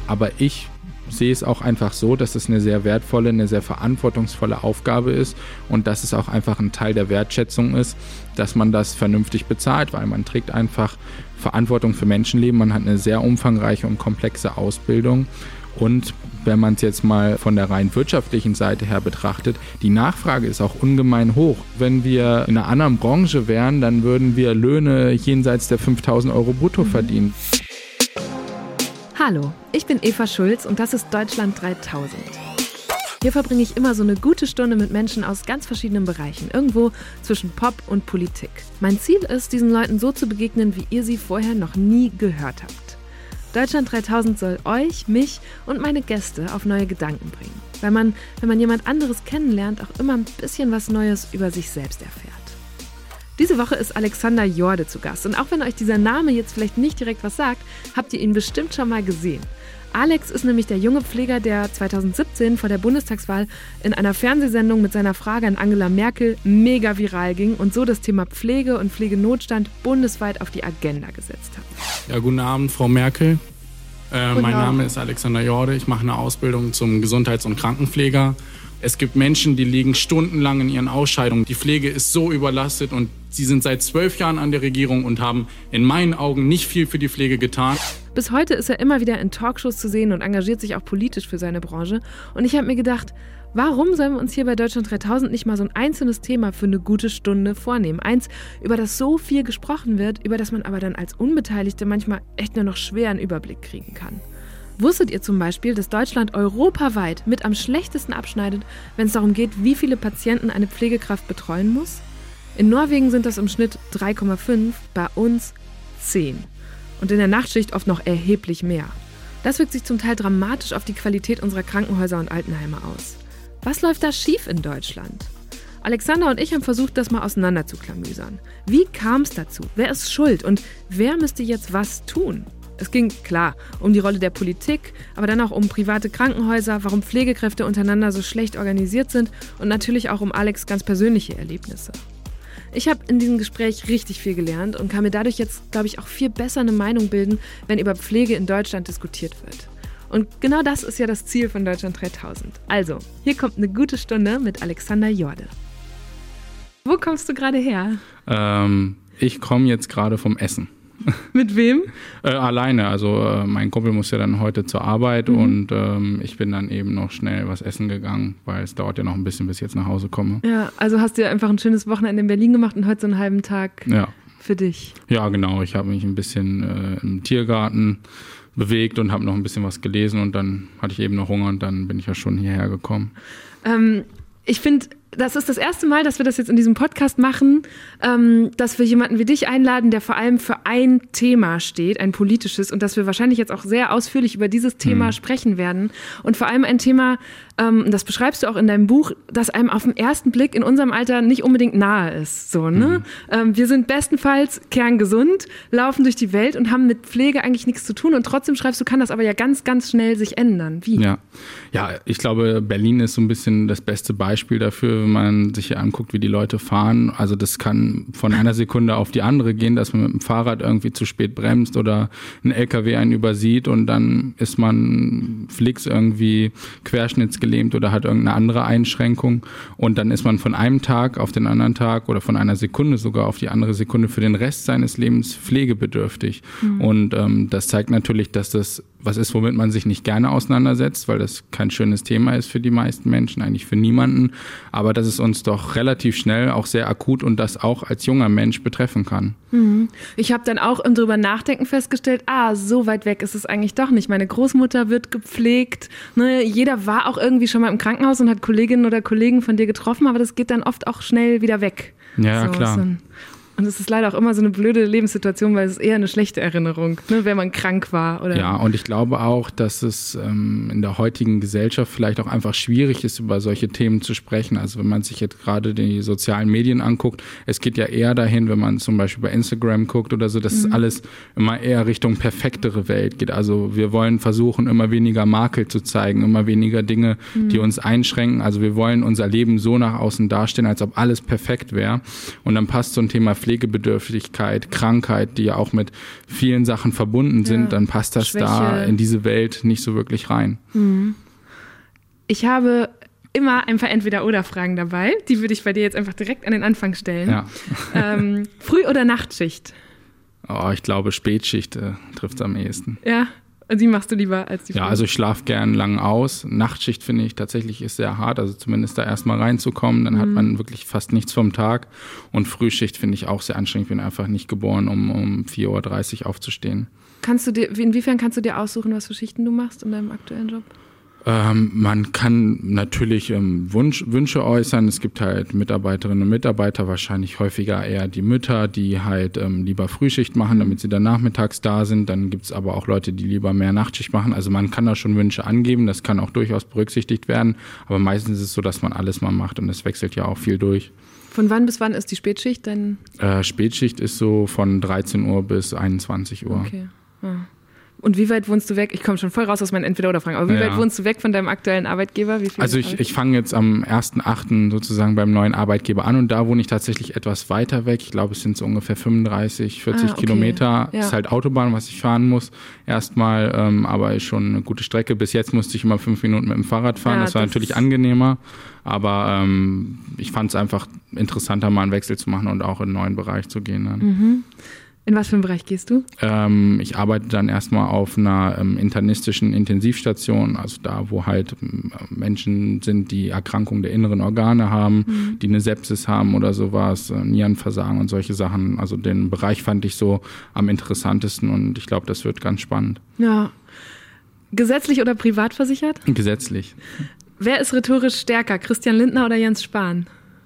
Aber ich sehe es auch einfach so, dass es eine sehr wertvolle, eine sehr verantwortungsvolle Aufgabe ist und dass es auch einfach ein Teil der Wertschätzung ist, dass man das vernünftig bezahlt, weil man trägt einfach Verantwortung für Menschenleben, man hat eine sehr umfangreiche und komplexe Ausbildung und wenn man es jetzt mal von der rein wirtschaftlichen Seite her betrachtet, die Nachfrage ist auch ungemein hoch. Wenn wir in einer anderen Branche wären, dann würden wir Löhne jenseits der 5.000 Euro brutto verdienen. Hallo, ich bin Eva Schulz und das ist Deutschland 3000. Hier verbringe ich immer so eine gute Stunde mit Menschen aus ganz verschiedenen Bereichen, irgendwo zwischen Pop und Politik. Mein Ziel ist, diesen Leuten so zu begegnen, wie ihr sie vorher noch nie gehört habt. Deutschland 3000 soll euch, mich und meine Gäste auf neue Gedanken bringen, weil man, wenn man jemand anderes kennenlernt, auch immer ein bisschen was Neues über sich selbst erfährt. Diese Woche ist Alexander Jorde zu Gast und auch wenn euch dieser Name jetzt vielleicht nicht direkt was sagt, habt ihr ihn bestimmt schon mal gesehen. Alex ist nämlich der junge Pfleger, der 2017 vor der Bundestagswahl in einer Fernsehsendung mit seiner Frage an Angela Merkel mega viral ging und so das Thema Pflege und Pflegenotstand bundesweit auf die Agenda gesetzt hat. Ja, guten Abend, Frau Merkel. Mein Name ist Alexander Jorde. Ich mache eine Ausbildung zum Gesundheits- und Krankenpfleger. Es gibt Menschen, die liegen stundenlang in ihren Ausscheidungen. Die Pflege ist so überlastet und sie sind seit 12 Jahren an der Regierung und haben in meinen Augen nicht viel für die Pflege getan. Bis heute ist er immer wieder in Talkshows zu sehen und engagiert sich auch politisch für seine Branche. Und ich habe mir gedacht, warum sollen wir uns hier bei Deutschland 3000 nicht mal so ein einzelnes Thema für eine gute Stunde vornehmen? Eins, über das so viel gesprochen wird, über das man aber dann als Unbeteiligte manchmal echt nur noch schwer einen Überblick kriegen kann. Wusstet ihr zum Beispiel, dass Deutschland europaweit mit am schlechtesten abschneidet, wenn es darum geht, wie viele Patienten eine Pflegekraft betreuen muss? In Norwegen sind das im Schnitt 3,5, bei uns 10. Und in der Nachtschicht oft noch erheblich mehr. Das wirkt sich zum Teil dramatisch auf die Qualität unserer Krankenhäuser und Altenheime aus. Was läuft da schief in Deutschland? Alexander und ich haben versucht, das mal auseinander zu klamüsern. Wie kam es dazu? Wer ist schuld? Und wer müsste jetzt was tun? Es ging, klar, um die Rolle der Politik, aber dann auch um private Krankenhäuser, warum Pflegekräfte untereinander so schlecht organisiert sind und natürlich auch um Alex' ganz persönliche Erlebnisse. Ich habe in diesem Gespräch richtig viel gelernt und kann mir dadurch jetzt, glaube ich, auch viel besser eine Meinung bilden, wenn über Pflege in Deutschland diskutiert wird. Und genau das ist ja das Ziel von Deutschland 3000. Also, hier kommt eine gute Stunde mit Alexander Jorde. Wo kommst du gerade her? Ich komme jetzt gerade vom Essen. Mit wem? Alleine, also mein Kumpel muss ja dann heute zur Arbeit und ich bin dann eben noch schnell was essen gegangen, weil es dauert ja noch ein bisschen, bis ich jetzt nach Hause komme. Ja, also hast du ja einfach ein schönes Wochenende in Berlin gemacht und heute so einen halben Tag für dich. Ja, genau, ich habe mich ein bisschen im Tiergarten bewegt und habe noch ein bisschen was gelesen und dann hatte ich eben noch Hunger und dann bin ich ja schon hierher gekommen. Ich finde, das ist das erste Mal, dass wir das jetzt in diesem Podcast machen, dass wir jemanden wie dich einladen, der vor allem für ein Thema steht, ein politisches, und dass wir wahrscheinlich jetzt auch sehr ausführlich über dieses Thema sprechen werden. Und vor allem ein Thema, das beschreibst du auch in deinem Buch, das einem auf den ersten Blick in unserem Alter nicht unbedingt nahe ist. So, ne? Wir sind bestenfalls kerngesund, laufen durch die Welt und haben mit Pflege eigentlich nichts zu tun. Und trotzdem schreibst du, kann das aber ja ganz, ganz schnell sich ändern. Wie? Ja, ich glaube, Berlin ist so ein bisschen das beste Beispiel dafür, wenn man sich hier anguckt, wie die Leute fahren. Also das kann von einer Sekunde auf die andere gehen, dass man mit dem Fahrrad irgendwie zu spät bremst oder ein LKW einen übersieht und dann ist man flicks irgendwie querschnittsgelähmt oder hat irgendeine andere Einschränkung und dann ist man von einem Tag auf den anderen Tag oder von einer Sekunde sogar auf die andere Sekunde für den Rest seines Lebens pflegebedürftig. Und das zeigt natürlich, dass das was ist, womit man sich nicht gerne auseinandersetzt, weil das kein schönes Thema ist für die meisten Menschen, eigentlich für niemanden, aber dass es uns doch relativ schnell auch sehr akut und das auch als junger Mensch betreffen kann. Ich habe dann auch im drüber nachdenken festgestellt, so weit weg ist es eigentlich doch nicht. Meine Großmutter wird gepflegt, ne? Jeder war auch irgendwie schon mal im Krankenhaus und hat Kolleginnen oder Kollegen von dir getroffen, aber das geht dann oft auch schnell wieder weg. Ja, so, klar. Und es ist leider auch immer so eine blöde Lebenssituation, weil es ist eher eine schlechte Erinnerung, ne, wenn man krank war. Oder ja, und ich glaube auch, dass es in der heutigen Gesellschaft vielleicht auch einfach schwierig ist, über solche Themen zu sprechen. Also wenn man sich jetzt gerade die sozialen Medien anguckt, es geht ja eher dahin, wenn man zum Beispiel bei Instagram guckt oder so, dass es alles immer eher Richtung perfektere Welt geht. Also wir wollen versuchen, immer weniger Makel zu zeigen, immer weniger Dinge, die uns einschränken. Also wir wollen unser Leben so nach außen darstellen, als ob alles perfekt wäre. Und dann passt so ein Thema Pflegebedürftigkeit, Krankheit, die ja auch mit vielen Sachen verbunden sind, dann passt das Schwäche. da in diese Welt nicht so wirklich rein. Ich habe immer ein paar Entweder-oder-Fragen dabei. Die würde ich bei dir jetzt einfach direkt an den Anfang stellen. Ja. Früh- oder Nachtschicht? Oh, ich glaube, Spätschicht trifft es am ehesten. Ja, und die machst du lieber als die Früh? Ja, also ich schlafe gern lang aus. Nachtschicht finde ich tatsächlich ist sehr hart, also zumindest da erstmal reinzukommen, dann hat man wirklich fast nichts vom Tag. Und Frühschicht finde ich auch sehr anstrengend. Ich bin einfach nicht geboren, um 4:30 Uhr aufzustehen. Inwiefern kannst du dir aussuchen, was für Schichten du machst in deinem aktuellen Job? Man kann natürlich Wünsche äußern. Es gibt halt Mitarbeiterinnen und Mitarbeiter, wahrscheinlich häufiger eher die Mütter, die halt lieber Frühschicht machen, damit sie dann nachmittags da sind. Dann gibt es aber auch Leute, die lieber mehr Nachtschicht machen. Also man kann da schon Wünsche angeben, das kann auch durchaus berücksichtigt werden. Aber meistens ist es so, dass man alles mal macht und es wechselt ja auch viel durch. Von wann bis wann ist die Spätschicht denn? Spätschicht ist so von 13 Uhr bis 21 Uhr. Okay. Ja. Und wie weit wohnst du weg? Ich komme schon voll raus aus meinen Entweder-oder-Fragen. Aber wie weit wohnst du weg von deinem aktuellen Arbeitgeber? Also ich fange jetzt am 1.8. sozusagen beim neuen Arbeitgeber an und da wohne ich tatsächlich etwas weiter weg. Ich glaube, es sind so ungefähr 35, 40 Kilometer. Ja. Ist halt Autobahn, was ich fahren muss. Erstmal, aber ist schon eine gute Strecke. Bis jetzt musste ich immer 5 Minuten mit dem Fahrrad fahren. Das war natürlich angenehmer. Aber ich fand es einfach interessanter, mal einen Wechsel zu machen und auch in einen neuen Bereich zu gehen dann. In was für einen Bereich gehst du? Ich arbeite dann erstmal auf einer internistischen Intensivstation, also da, wo halt Menschen sind, die Erkrankungen der inneren Organe haben, die eine Sepsis haben oder sowas, Nierenversagen und solche Sachen. Also den Bereich fand ich so am interessantesten und ich glaube, das wird ganz spannend. Ja. Gesetzlich oder privat versichert? Gesetzlich. Wer ist rhetorisch stärker, Christian Lindner oder Jens Spahn?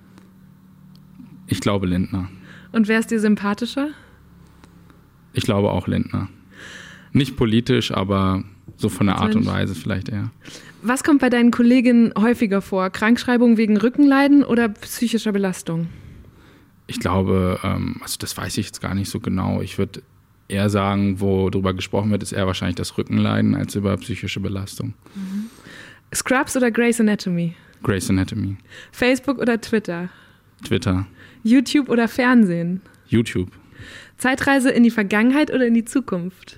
Ich glaube Lindner. Und wer ist dir sympathischer? Ich glaube auch Lindner. Nicht politisch, aber so von der Art und Weise vielleicht eher. Was kommt bei deinen Kolleginnen häufiger vor? Krankschreibung wegen Rückenleiden oder psychischer Belastung? Ich glaube, also das weiß ich jetzt gar nicht so genau. Ich würde eher sagen, wo darüber gesprochen wird, ist eher wahrscheinlich das Rückenleiden als über psychische Belastung. Scrubs oder Grey's Anatomy? Grey's Anatomy. Facebook oder Twitter? Twitter. YouTube oder Fernsehen? YouTube. Zeitreise in die Vergangenheit oder in die Zukunft?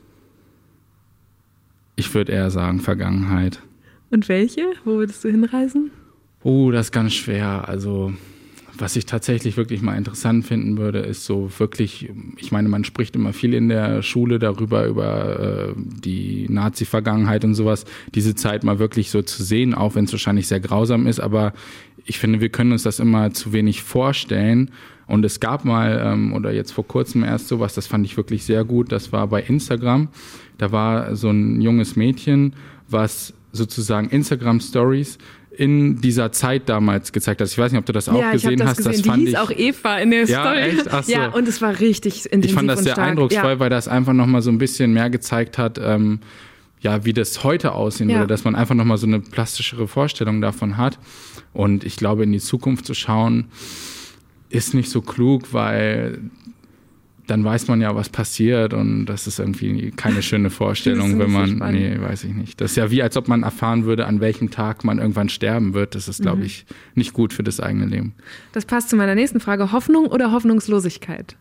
Ich würde eher sagen Vergangenheit. Und welche? Wo würdest du hinreisen? Das ist ganz schwer. Also was ich tatsächlich wirklich mal interessant finden würde, ist so wirklich, ich meine, man spricht immer viel in der Schule darüber, über die Nazi-Vergangenheit und sowas, diese Zeit mal wirklich so zu sehen, auch wenn es wahrscheinlich sehr grausam ist, aber ich finde, wir können uns das immer zu wenig vorstellen. Und es gab mal, oder jetzt vor kurzem erst sowas, das fand ich wirklich sehr gut, das war bei Instagram. Da war so ein junges Mädchen, was sozusagen Instagram-Stories in dieser Zeit damals gezeigt hat. Ich weiß nicht, ob du das auch gesehen hast. Ja, ich habe das gesehen. Die hieß auch Eva in der Story. Echt? Ach so. Ja, und es war richtig intensiv. Ich fand das und sehr stark. eindrucksvoll, weil das einfach nochmal so ein bisschen mehr gezeigt hat, wie das heute aussehen würde, dass man einfach nochmal so eine plastischere Vorstellung davon hat. Und ich glaube, in die Zukunft zu schauen, ist nicht so klug, weil dann weiß man ja, was passiert und das ist irgendwie keine schöne Vorstellung, wenn man, weiß ich nicht. Das ist ja wie, als ob man erfahren würde, an welchem Tag man irgendwann sterben wird. Das ist, glaube ich, nicht gut für das eigene Leben. Das passt zu meiner nächsten Frage. Hoffnung oder Hoffnungslosigkeit?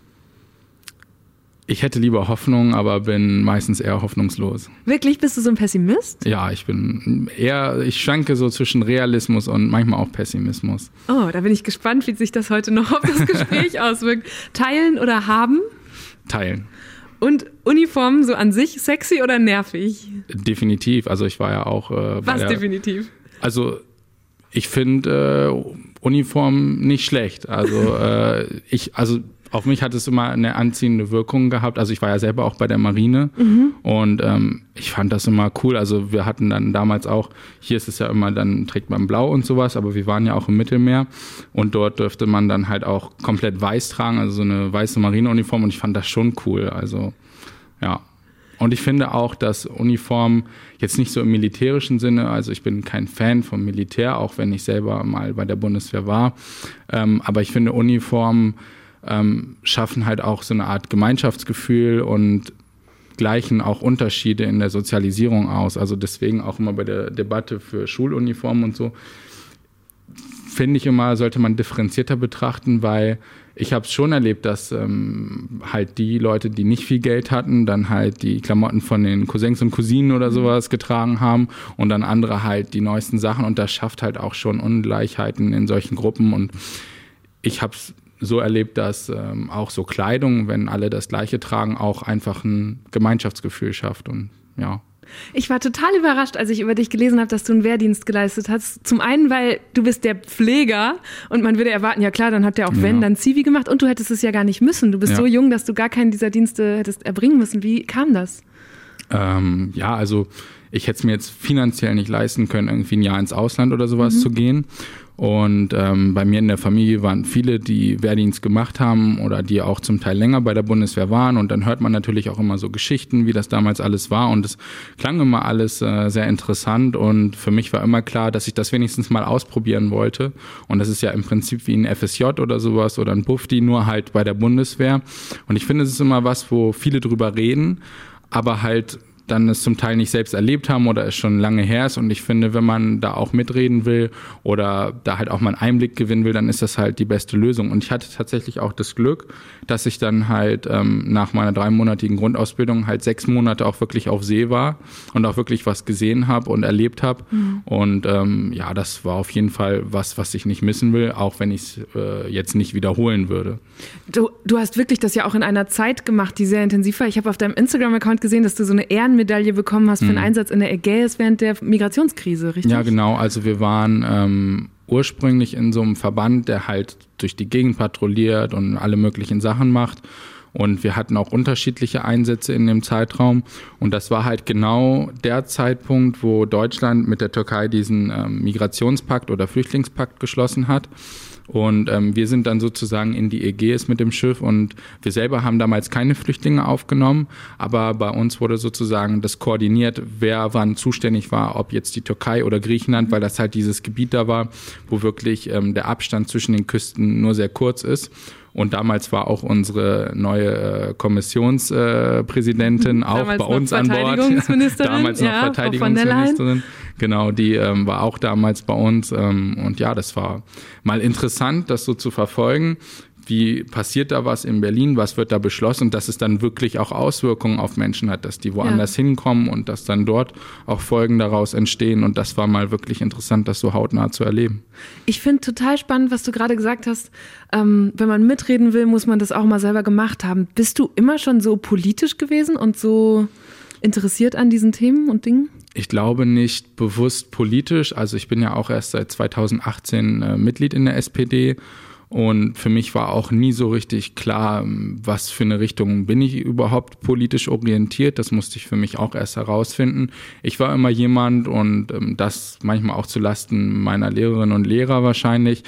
Ich hätte lieber Hoffnung, aber bin meistens eher hoffnungslos. Wirklich? Bist du so ein Pessimist? Ja, ich schwanke so zwischen Realismus und manchmal auch Pessimismus. Oh, da bin ich gespannt, wie sich das heute noch auf das Gespräch auswirkt. Teilen oder haben? Teilen. Und Uniformen so an sich sexy oder nervig? Definitiv. Also ich war ja auch... definitiv? Also ich finde Uniform nicht schlecht. Also auf mich hat es immer eine anziehende Wirkung gehabt. Also ich war ja selber auch bei der Marine und ich fand das immer cool. Also wir hatten dann damals auch, hier ist es ja immer, dann trägt man blau und sowas, aber wir waren ja auch im Mittelmeer und dort dürfte man dann halt auch komplett weiß tragen, also so eine weiße Marineuniform und ich fand das schon cool. Also ja. Und ich finde auch, dass Uniform jetzt nicht so im militärischen Sinne, also ich bin kein Fan vom Militär, auch wenn ich selber mal bei der Bundeswehr war, aber ich finde Uniformen schaffen halt auch so eine Art Gemeinschaftsgefühl und gleichen auch Unterschiede in der Sozialisierung aus. Also deswegen auch immer bei der Debatte für Schuluniformen und so, finde ich immer, sollte man differenzierter betrachten, weil ich habe es schon erlebt, dass halt die Leute, die nicht viel Geld hatten, dann halt die Klamotten von den Cousins und Cousinen oder sowas getragen haben und dann andere halt die neuesten Sachen und das schafft halt auch schon Ungleichheiten in solchen Gruppen und ich habe es so erlebt, dass auch so Kleidung, wenn alle das Gleiche tragen, auch einfach ein Gemeinschaftsgefühl schafft und ja. Ich war total überrascht, als ich über dich gelesen habe, dass du einen Wehrdienst geleistet hast. Zum einen, weil du bist der Pfleger und man würde erwarten, ja klar, dann hat der auch wenn, dann Zivi gemacht und du hättest es ja gar nicht müssen. Du bist so jung, dass du gar keinen dieser Dienste hättest erbringen müssen. Wie kam das? Also ich hätte es mir jetzt finanziell nicht leisten können, irgendwie ein Jahr ins Ausland oder sowas zu gehen. Und bei mir in der Familie waren viele, die Wehrdienst gemacht haben oder die auch zum Teil länger bei der Bundeswehr waren. Und dann hört man natürlich auch immer so Geschichten, wie das damals alles war. Und es klang immer alles sehr interessant. Und für mich war immer klar, dass ich das wenigstens mal ausprobieren wollte. Und das ist ja im Prinzip wie ein FSJ oder sowas oder ein Bufdi, nur halt bei der Bundeswehr. Und ich finde, es ist immer was, wo viele drüber reden, aber halt dann es zum Teil nicht selbst erlebt haben oder es schon lange her ist. Und ich finde, wenn man da auch mitreden will oder da halt auch mal einen Einblick gewinnen will, dann ist das halt die beste Lösung. Und ich hatte tatsächlich auch das Glück, dass ich dann halt nach meiner 3-monatigen Grundausbildung halt 6 Monate auch wirklich auf See war und auch wirklich was gesehen habe und erlebt habe. Und das war auf jeden Fall was ich nicht missen will, auch wenn ich es jetzt nicht wiederholen würde. Du hast wirklich das ja auch in einer Zeit gemacht, die sehr intensiv war. Ich habe auf deinem Instagram-Account gesehen, dass du so eine Ehrenmedaille bekommen hast für den Einsatz in der Ägäis während der Migrationskrise, richtig? Ja, genau. Also wir waren ursprünglich in so einem Verband, der halt durch die Gegend patrouilliert und alle möglichen Sachen macht. Und wir hatten auch unterschiedliche Einsätze in dem Zeitraum. Und das war halt genau der Zeitpunkt, wo Deutschland mit der Türkei diesen Migrationspakt oder Flüchtlingspakt geschlossen hat. Und wir sind dann sozusagen in die Ägäis mit dem Schiff und wir selber haben damals keine Flüchtlinge aufgenommen, aber bei uns wurde sozusagen das koordiniert, wer wann zuständig war, ob jetzt die Türkei oder Griechenland, weil das halt dieses Gebiet da war, wo wirklich der Abstand zwischen den Küsten nur sehr kurz ist. Und damals war auch unsere neue Kommissionspräsidentin auch bei uns an Bord. Damals noch Verteidigungsministerin. Genau, die war auch damals bei uns. Und ja, das war mal interessant, das so zu verfolgen. Wie passiert da was in Berlin? Was wird da beschlossen? Dass es dann wirklich auch Auswirkungen auf Menschen hat, dass die woanders hinkommen und dass dann dort auch Folgen daraus entstehen. Und das war mal wirklich interessant, das so hautnah zu erleben. Ich finde total spannend, was du gerade gesagt hast. Wenn man mitreden will, muss man das auch mal selber gemacht haben. Bist du immer schon so politisch gewesen und so interessiert an diesen Themen und Dingen? Ich glaube nicht bewusst politisch. Also ich bin ja auch erst seit 2018 Mitglied in der SPD. Und für mich war auch nie so richtig klar, was für eine Richtung bin ich überhaupt politisch orientiert. Das musste ich für mich auch erst herausfinden. Ich war immer jemand, und das manchmal auch zu Lasten meiner Lehrerinnen und Lehrer wahrscheinlich,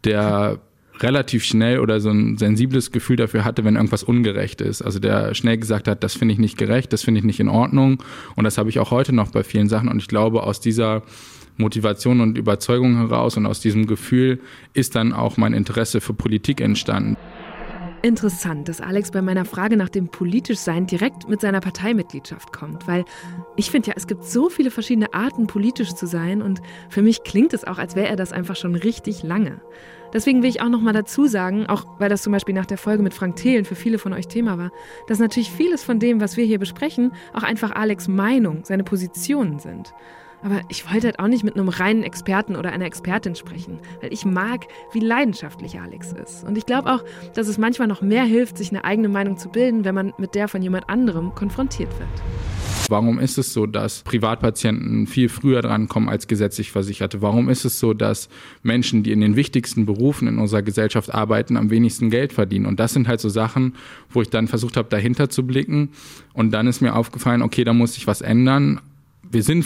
der relativ schnell oder so ein sensibles Gefühl dafür hatte, wenn irgendwas ungerecht ist. Also der schnell gesagt hat, das finde ich nicht gerecht, das finde ich nicht in Ordnung. Und das habe ich auch heute noch bei vielen Sachen. Und ich glaube, aus dieser Motivation und Überzeugung heraus und aus diesem Gefühl ist dann auch mein Interesse für Politik entstanden. Interessant, dass Alex bei meiner Frage nach dem Politischsein direkt mit seiner Parteimitgliedschaft kommt, weil ich finde ja, es gibt so viele verschiedene Arten, politisch zu sein und für mich klingt es auch, als wäre er das einfach schon richtig lange. Deswegen will ich auch noch mal dazu sagen, auch weil das zum Beispiel nach der Folge mit Frank Thelen für viele von euch Thema war, dass natürlich vieles von dem, was wir hier besprechen, auch einfach Alex' Meinung, seine Positionen sind. Aber ich wollte halt auch nicht mit einem reinen Experten oder einer Expertin sprechen, weil ich mag, wie leidenschaftlich Alex ist. Und ich glaube auch, dass es manchmal noch mehr hilft, sich eine eigene Meinung zu bilden, wenn man mit der von jemand anderem konfrontiert wird. Warum ist es so, dass Privatpatienten viel früher drankommen als gesetzlich Versicherte? Warum ist es so, dass Menschen, die in den wichtigsten Berufen in unserer Gesellschaft arbeiten, am wenigsten Geld verdienen? Und das sind halt so Sachen, wo ich dann versucht habe, dahinter zu blicken. Und dann ist mir aufgefallen, okay, da muss sich was ändern. Wir sind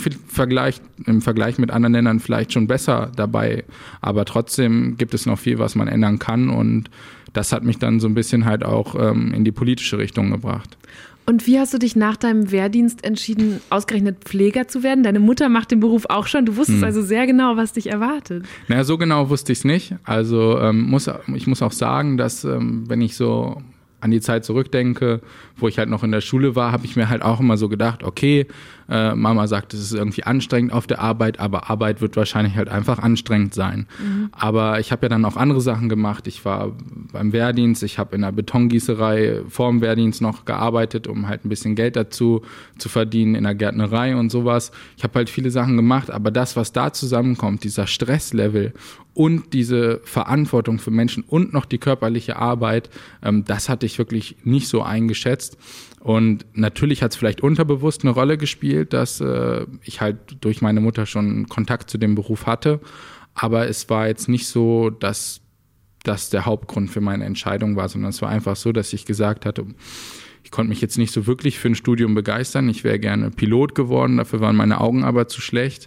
im Vergleich mit anderen Ländern vielleicht schon besser dabei, aber trotzdem gibt es noch viel, was man ändern kann, und das hat mich dann so ein bisschen halt auch in die politische Richtung gebracht. Und wie hast du dich nach deinem Wehrdienst entschieden, ausgerechnet Pfleger zu werden? Deine Mutter macht den Beruf auch schon, du wusstest also sehr genau, was dich erwartet. Naja, so genau wusste ich es nicht. Also ich muss auch sagen, dass wenn ich so an die Zeit zurückdenke, wo ich halt noch in der Schule war, habe ich mir halt auch immer so gedacht, okay, Mama sagt, es ist irgendwie anstrengend auf der Arbeit, aber Arbeit wird wahrscheinlich halt einfach anstrengend sein. Aber ich habe ja dann auch andere Sachen gemacht. Ich war beim Wehrdienst, ich habe in der Betongießerei vor dem Wehrdienst noch gearbeitet, um halt ein bisschen Geld dazu zu verdienen, in der Gärtnerei und sowas. Ich habe halt viele Sachen gemacht, aber das, was da zusammenkommt, dieser Stresslevel und diese Verantwortung für Menschen und noch die körperliche Arbeit, das hatte ich wirklich nicht so eingeschätzt. Und natürlich hat es vielleicht unterbewusst eine Rolle gespielt, dass ich halt durch meine Mutter schon Kontakt zu dem Beruf hatte. Aber es war jetzt nicht so, dass das der Hauptgrund für meine Entscheidung war, sondern es war einfach so, dass ich gesagt hatte, ich konnte mich jetzt nicht so wirklich für ein Studium begeistern. Ich wäre gerne Pilot geworden, dafür waren meine Augen aber zu schlecht.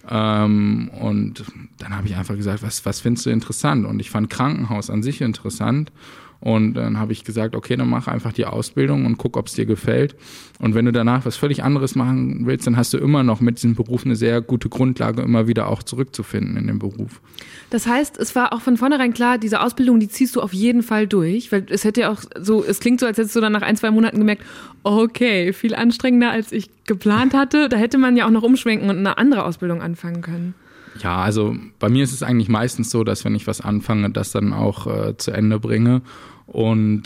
Und dann habe ich einfach gesagt, was findest du interessant? Und ich fand Krankenhaus an sich interessant. Und dann habe ich gesagt, okay, dann mach einfach die Ausbildung und guck, ob es dir gefällt. Und wenn du danach was völlig anderes machen willst, dann hast du immer noch mit diesem Beruf eine sehr gute Grundlage, immer wieder auch zurückzufinden in dem Beruf. Das heißt, es war auch von vornherein klar, diese Ausbildung, die ziehst du auf jeden Fall durch, weil es hätte ja auch so, es klingt so, als hättest du dann nach 1-2 Monaten gemerkt, okay, viel anstrengender, als ich geplant hatte. Da hätte man ja auch noch umschwenken und eine andere Ausbildung anfangen können. Ja, also bei mir ist es eigentlich meistens so, dass wenn ich was anfange, das dann auch zu Ende bringe. Und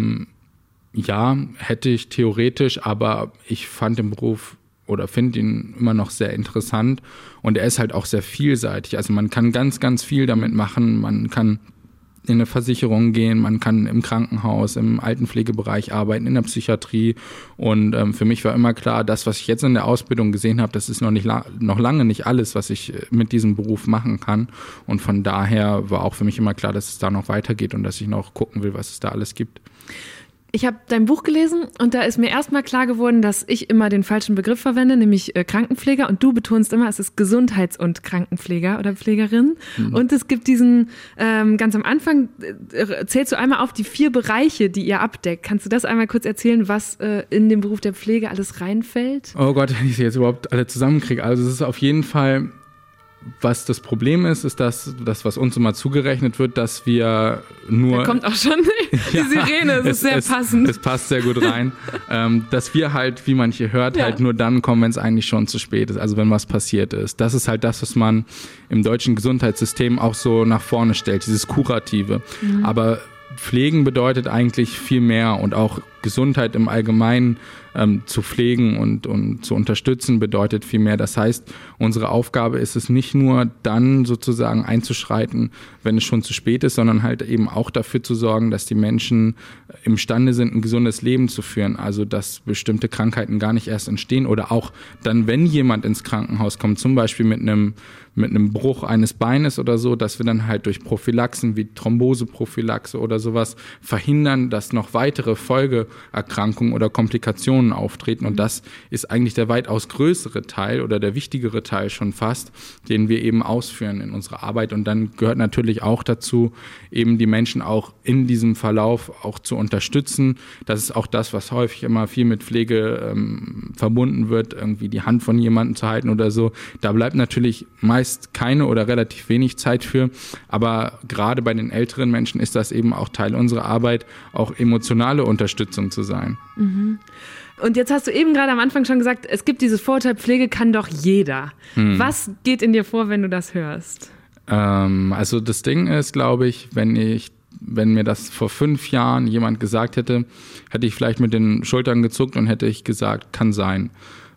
ja, hätte ich theoretisch, aber ich fand den Beruf oder finde ihn immer noch sehr interessant. Und er ist halt auch sehr vielseitig. Also man kann ganz, ganz viel damit machen. Man kann in eine Versicherung gehen, man kann im Krankenhaus, im Altenpflegebereich arbeiten, in der Psychiatrie. Und für mich war immer klar, das, was ich jetzt in der Ausbildung gesehen habe, das ist noch lange nicht alles, was ich mit diesem Beruf machen kann. Und von daher war auch für mich immer klar, dass es da noch weitergeht und dass ich noch gucken will, was es da alles gibt. Ich habe dein Buch gelesen und da ist mir erstmal klar geworden, dass ich immer den falschen Begriff verwende, nämlich Krankenpfleger. Und du betonst immer, es ist Gesundheits- und Krankenpfleger oder Pflegerin. Und es gibt diesen, ganz am Anfang, zählst du einmal auf die 4 Bereiche, die ihr abdeckt. Kannst du das einmal kurz erzählen, was in den Beruf der Pflege alles reinfällt? Oh Gott, wenn ich sie jetzt überhaupt alle zusammenkriege. Also es ist auf jeden Fall... Was das Problem ist, das, was uns immer zugerechnet wird, dass wir nur... Da kommt auch schon die Sirene, es ist sehr passend. Es passt sehr gut rein. Dass wir halt, wie man hier hört, halt nur dann kommen, wenn es eigentlich schon zu spät ist, also wenn was passiert ist. Das ist halt das, was man im deutschen Gesundheitssystem auch so nach vorne stellt, dieses Kurative. Aber Pflegen bedeutet eigentlich viel mehr und auch Gesundheit im Allgemeinen zu pflegen und zu unterstützen bedeutet viel mehr. Das heißt, unsere Aufgabe ist es nicht nur dann sozusagen einzuschreiten, wenn es schon zu spät ist, sondern halt eben auch dafür zu sorgen, dass die Menschen imstande sind, ein gesundes Leben zu führen. Also, dass bestimmte Krankheiten gar nicht erst entstehen oder auch dann, wenn jemand ins Krankenhaus kommt, zum Beispiel mit einem Bruch eines Beines oder so, dass wir dann halt durch Prophylaxen wie Thromboseprophylaxe oder sowas verhindern, dass noch weitere Folgeerkrankungen oder Komplikationen auftreten. Und das ist eigentlich der weitaus größere Teil oder der wichtigere Teil schon fast, den wir eben ausführen in unserer Arbeit. Und dann gehört natürlich auch dazu, eben die Menschen auch in diesem Verlauf auch zu unterstützen. Das ist auch das, was häufig immer viel mit Pflege verbunden wird, irgendwie die Hand von jemandem zu halten oder so. Da bleibt natürlich meist keine oder relativ wenig Zeit für. Aber gerade bei den älteren Menschen ist das eben auch Teil unserer Arbeit, auch emotionale Unterstützung zu sein. Und jetzt hast du eben gerade am Anfang schon gesagt, es gibt dieses Vorurteil, Pflege kann doch jeder. Was geht in dir vor, wenn du das hörst? Also das Ding ist, glaube ich, wenn mir das vor 5 Jahren jemand gesagt hätte, hätte ich vielleicht mit den Schultern gezuckt und hätte ich gesagt, kann sein.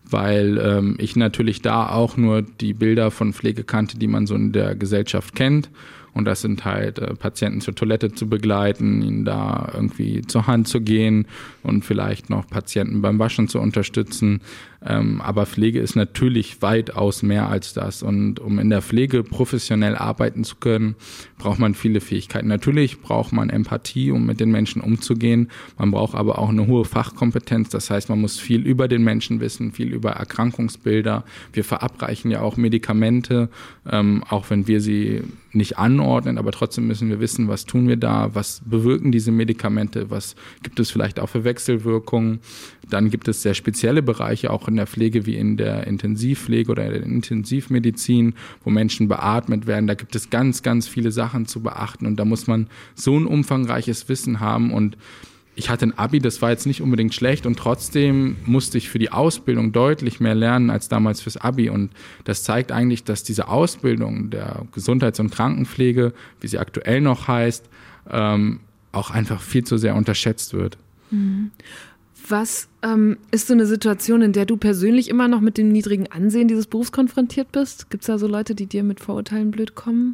Weil ich natürlich da auch nur die Bilder von Pflege kannte, die man so in der Gesellschaft kennt. Und das sind halt Patienten zur Toilette zu begleiten, ihnen da irgendwie zur Hand zu gehen und vielleicht noch Patienten beim Waschen zu unterstützen. Aber Pflege ist natürlich weitaus mehr als das. Und um in der Pflege professionell arbeiten zu können, braucht man viele Fähigkeiten. Natürlich braucht man Empathie, um mit den Menschen umzugehen. Man braucht aber auch eine hohe Fachkompetenz. Das heißt, man muss viel über den Menschen wissen, viel über Erkrankungsbilder. Wir verabreichen ja auch Medikamente, auch wenn wir sie nicht anordnen, aber trotzdem müssen wir wissen, was tun wir da, was bewirken diese Medikamente, was gibt es vielleicht auch für Wechselwirkungen. Dann gibt es sehr spezielle Bereiche auch in der Pflege wie in der Intensivpflege oder in der Intensivmedizin, wo Menschen beatmet werden. Da gibt es ganz, ganz viele Sachen zu beachten und da muss man so ein umfangreiches Wissen haben und ich hatte ein Abi, das war jetzt nicht unbedingt schlecht und trotzdem musste ich für die Ausbildung deutlich mehr lernen als damals fürs Abi. Und das zeigt eigentlich, dass diese Ausbildung der Gesundheits- und Krankenpflege, wie sie aktuell noch heißt, auch einfach viel zu sehr unterschätzt wird. Was ist so eine Situation, in der du persönlich immer noch mit dem niedrigen Ansehen dieses Berufs konfrontiert bist? Gibt es da so Leute, die dir mit Vorurteilen blöd kommen?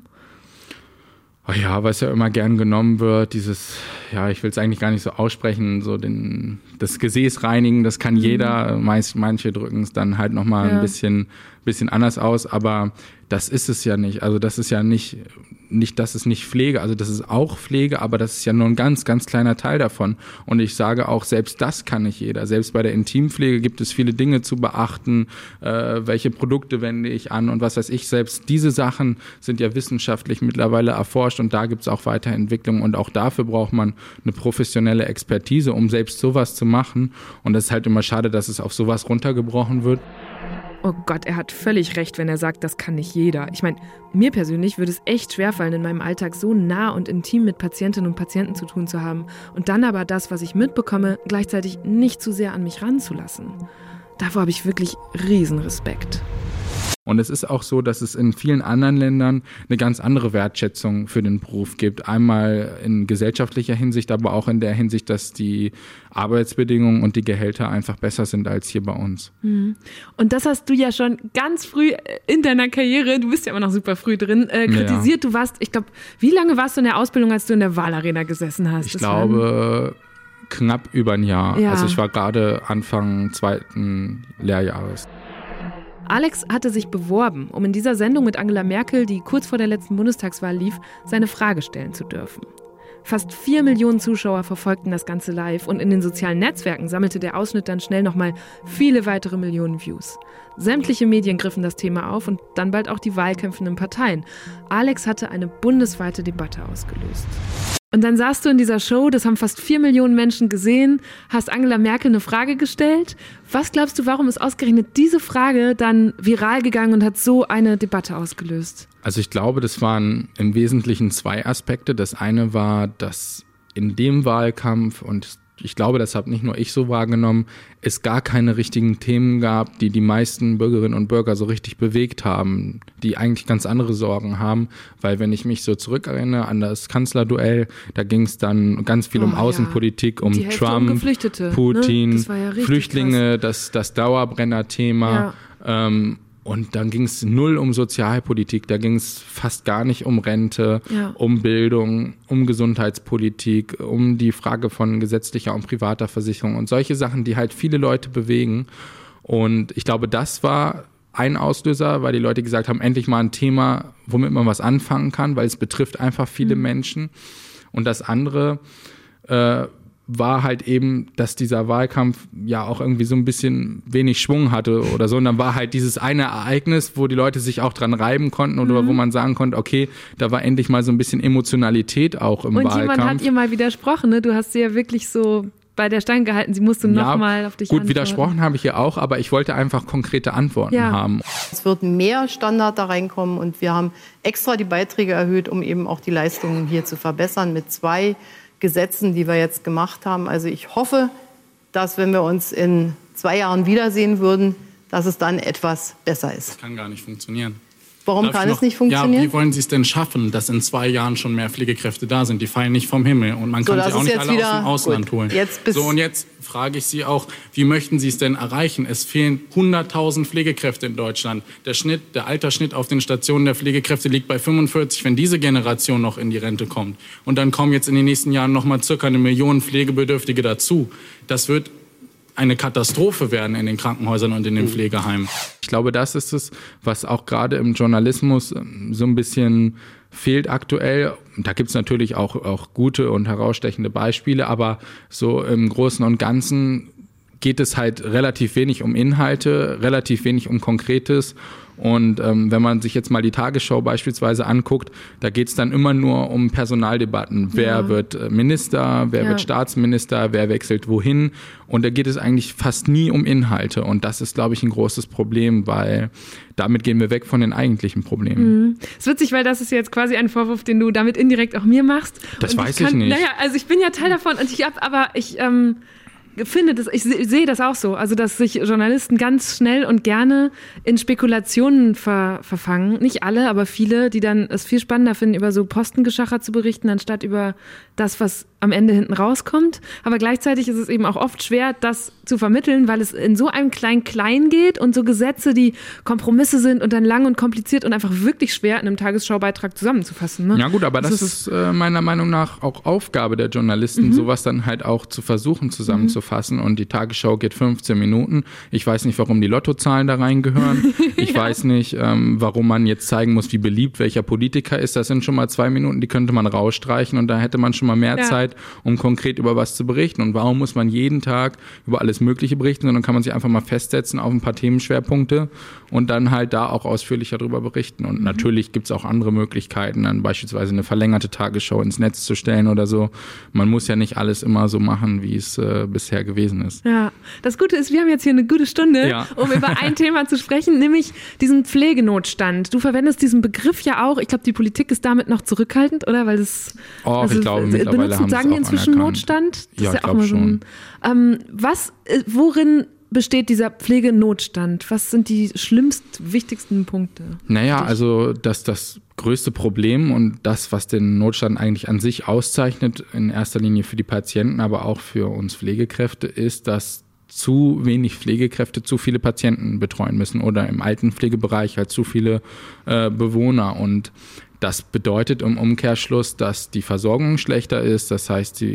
Oh ja, was ja immer gern genommen wird, dieses, ja, ich will es eigentlich gar nicht so aussprechen, so das Gesäß reinigen, das kann jeder, manche drücken es dann halt nochmal ein bisschen anders aus, aber das ist es ja nicht. Also das ist ja nicht, das ist nicht Pflege, also das ist auch Pflege, aber das ist ja nur ein ganz, ganz kleiner Teil davon. Und ich sage auch, selbst das kann nicht jeder. Selbst bei der Intimpflege gibt es viele Dinge zu beachten, welche Produkte wende ich an und was weiß ich. Selbst diese Sachen sind ja wissenschaftlich mittlerweile erforscht und da gibt es auch Weiterentwicklung und auch dafür braucht man eine professionelle Expertise, um selbst sowas zu machen. Und das ist halt immer schade, dass es auf sowas runtergebrochen wird. Oh Gott, er hat völlig recht, wenn er sagt, das kann nicht jeder. Ich meine, mir persönlich würde es echt schwerfallen, in meinem Alltag so nah und intim mit Patientinnen und Patienten zu tun zu haben und dann aber das, was ich mitbekomme, gleichzeitig nicht zu sehr an mich ranzulassen. Davor habe ich wirklich riesen Respekt. Und es ist auch so, dass es in vielen anderen Ländern eine ganz andere Wertschätzung für den Beruf gibt. Einmal in gesellschaftlicher Hinsicht, aber auch in der Hinsicht, dass die Arbeitsbedingungen und die Gehälter einfach besser sind als hier bei uns. Und das hast du ja schon ganz früh in deiner Karriere, du bist ja immer noch super früh drin, kritisiert. Ja. Du warst, ich glaube, wie lange warst du in der Ausbildung, als du in der Wahlarena gesessen hast? Ich glaube, knapp über ein Jahr. Ja. Also ich war gerade Anfang 2. Lehrjahres. Alex hatte sich beworben, um in dieser Sendung mit Angela Merkel, die kurz vor der letzten Bundestagswahl lief, seine Frage stellen zu dürfen. Fast 4 Millionen Zuschauer verfolgten das Ganze live und in den sozialen Netzwerken sammelte der Ausschnitt dann schnell nochmal viele weitere Millionen Views. Sämtliche Medien griffen das Thema auf und dann bald auch die wahlkämpfenden Parteien. Alex hatte eine bundesweite Debatte ausgelöst. Und dann saßt du in dieser Show, das haben fast 4 Millionen Menschen gesehen, hast Angela Merkel eine Frage gestellt. Was glaubst du, warum ist ausgerechnet diese Frage dann viral gegangen und hat so eine Debatte ausgelöst? Also ich glaube, das waren im Wesentlichen 2 Aspekte. Das eine war, dass in dem Wahlkampf, und ich glaube, das habe nicht nur ich so wahrgenommen, es gar keine richtigen Themen gab, die die meisten Bürgerinnen und Bürger so richtig bewegt haben, die eigentlich ganz andere Sorgen haben, weil wenn ich mich so zurückerinnere an das Kanzlerduell, da ging es dann ganz viel um Außenpolitik, um Trump, Putin, ne? Das war ja Flüchtlinge, das Dauerbrenner-Thema. Ja. Und dann ging es null um Sozialpolitik, da ging es fast gar nicht um Rente, um Bildung, um Gesundheitspolitik, um die Frage von gesetzlicher und privater Versicherung und solche Sachen, die halt viele Leute bewegen. Und ich glaube, das war ein Auslöser, weil die Leute gesagt haben, endlich mal ein Thema, womit man was anfangen kann, weil es betrifft einfach viele Menschen. Und das andere war halt eben, dass dieser Wahlkampf ja auch irgendwie so ein bisschen wenig Schwung hatte oder so. Und dann war halt dieses eine Ereignis, wo die Leute sich auch dran reiben konnten oder wo man sagen konnte, okay, da war endlich mal so ein bisschen Emotionalität auch im Wahlkampf. Und jemand hat ihr mal widersprochen, ne? Du hast sie ja wirklich so bei der Stange gehalten, sie musste nochmal auf dich antworten. Gut, widersprochen habe ich ihr auch, aber ich wollte einfach konkrete Antworten haben. Es wird mehr Standard da reinkommen und wir haben extra die Beiträge erhöht, um eben auch die Leistungen hier zu verbessern mit 2 Gesetzen, die wir jetzt gemacht haben. Also ich hoffe, dass wenn wir uns in 2 Jahren wiedersehen würden, dass es dann etwas besser ist. Das kann gar nicht funktionieren. Warum kann es nicht funktionieren? Ja, wie wollen Sie es denn schaffen, dass in 2 Jahren schon mehr Pflegekräfte da sind? Die fallen nicht vom Himmel und man kann sie auch nicht alle aus dem Ausland holen. Und jetzt frage ich Sie auch, wie möchten Sie es denn erreichen? Es fehlen 100.000 Pflegekräfte in Deutschland. Der Altersschnitt auf den Stationen der Pflegekräfte liegt bei 45, wenn diese Generation noch in die Rente kommt. Und dann kommen jetzt in den nächsten Jahren noch mal circa 1 Million Pflegebedürftige dazu. Das wird eine Katastrophe werden in den Krankenhäusern und in den Pflegeheimen. Ich glaube, das ist es, was auch gerade im Journalismus so ein bisschen fehlt aktuell. Da gibt es natürlich auch gute und herausstechende Beispiele, aber so im Großen und Ganzen geht es halt relativ wenig um Inhalte, relativ wenig um Konkretes. Und wenn man sich jetzt mal die Tagesschau beispielsweise anguckt, da geht es dann immer nur um Personaldebatten. Wer wird Minister, wer wird Staatsminister, wer wechselt wohin. Und da geht es eigentlich fast nie um Inhalte. Und das ist, glaube ich, ein großes Problem, weil damit gehen wir weg von den eigentlichen Problemen. Es ist witzig, weil das ist jetzt quasi ein Vorwurf, den du damit indirekt auch mir machst. Das weiß ich nicht. Naja, also ich bin ja Teil davon und ich finde das, ich sehe das auch so, also dass sich Journalisten ganz schnell und gerne in Spekulationen verfangen. Nicht alle, aber viele, die dann es viel spannender finden, über so Postengeschacher zu berichten, anstatt über das, was am Ende hinten rauskommt. Aber gleichzeitig ist es eben auch oft schwer, das zu vermitteln, weil es in so einem Klein-Klein geht und so Gesetze, die Kompromisse sind und dann lang und kompliziert und einfach wirklich schwer in einem Tagesschaubeitrag zusammenzufassen. Ne? Ja gut, aber das ist meiner Meinung nach auch Aufgabe der Journalisten, sowas dann halt auch zu versuchen zusammenzufassen. Und die Tagesschau geht 15 Minuten. Ich weiß nicht, warum die Lottozahlen da reingehören. Ich weiß nicht, warum man jetzt zeigen muss, wie beliebt welcher Politiker ist. Das sind schon mal 2 Minuten, die könnte man rausstreichen und da hätte man schon mal mehr Zeit, um konkret über was zu berichten. Und warum muss man jeden Tag über alles Mögliche berichten, sondern kann man sich einfach mal festsetzen auf ein paar Themenschwerpunkte und dann halt da auch ausführlicher drüber berichten. Und natürlich gibt es auch andere Möglichkeiten, dann beispielsweise eine verlängerte Tagesschau ins Netz zu stellen oder so. Man muss ja nicht alles immer so machen, wie es bisher gewesen ist. Ja, das Gute ist, wir haben jetzt hier eine gute Stunde, um über ein Thema zu sprechen, nämlich diesen Pflegenotstand. Du verwendest diesen Begriff ja auch. Ich glaube, die Politik ist damit noch zurückhaltend, oder? Weil das, ich glaube, mittlerweile haben sie es auch inzwischen anerkannt. Notstand? Das Ja, ist ich glaube schon. Worin besteht dieser Pflegenotstand? Was sind die wichtigsten Punkte? Naja, also das größte Problem und das, was den Notstand eigentlich an sich auszeichnet, in erster Linie für die Patienten, aber auch für uns Pflegekräfte, ist, dass zu wenig Pflegekräfte zu viele Patienten betreuen müssen oder im Altenpflegebereich halt zu viele Bewohner. Und das bedeutet im Umkehrschluss, dass die Versorgung schlechter ist. Das heißt,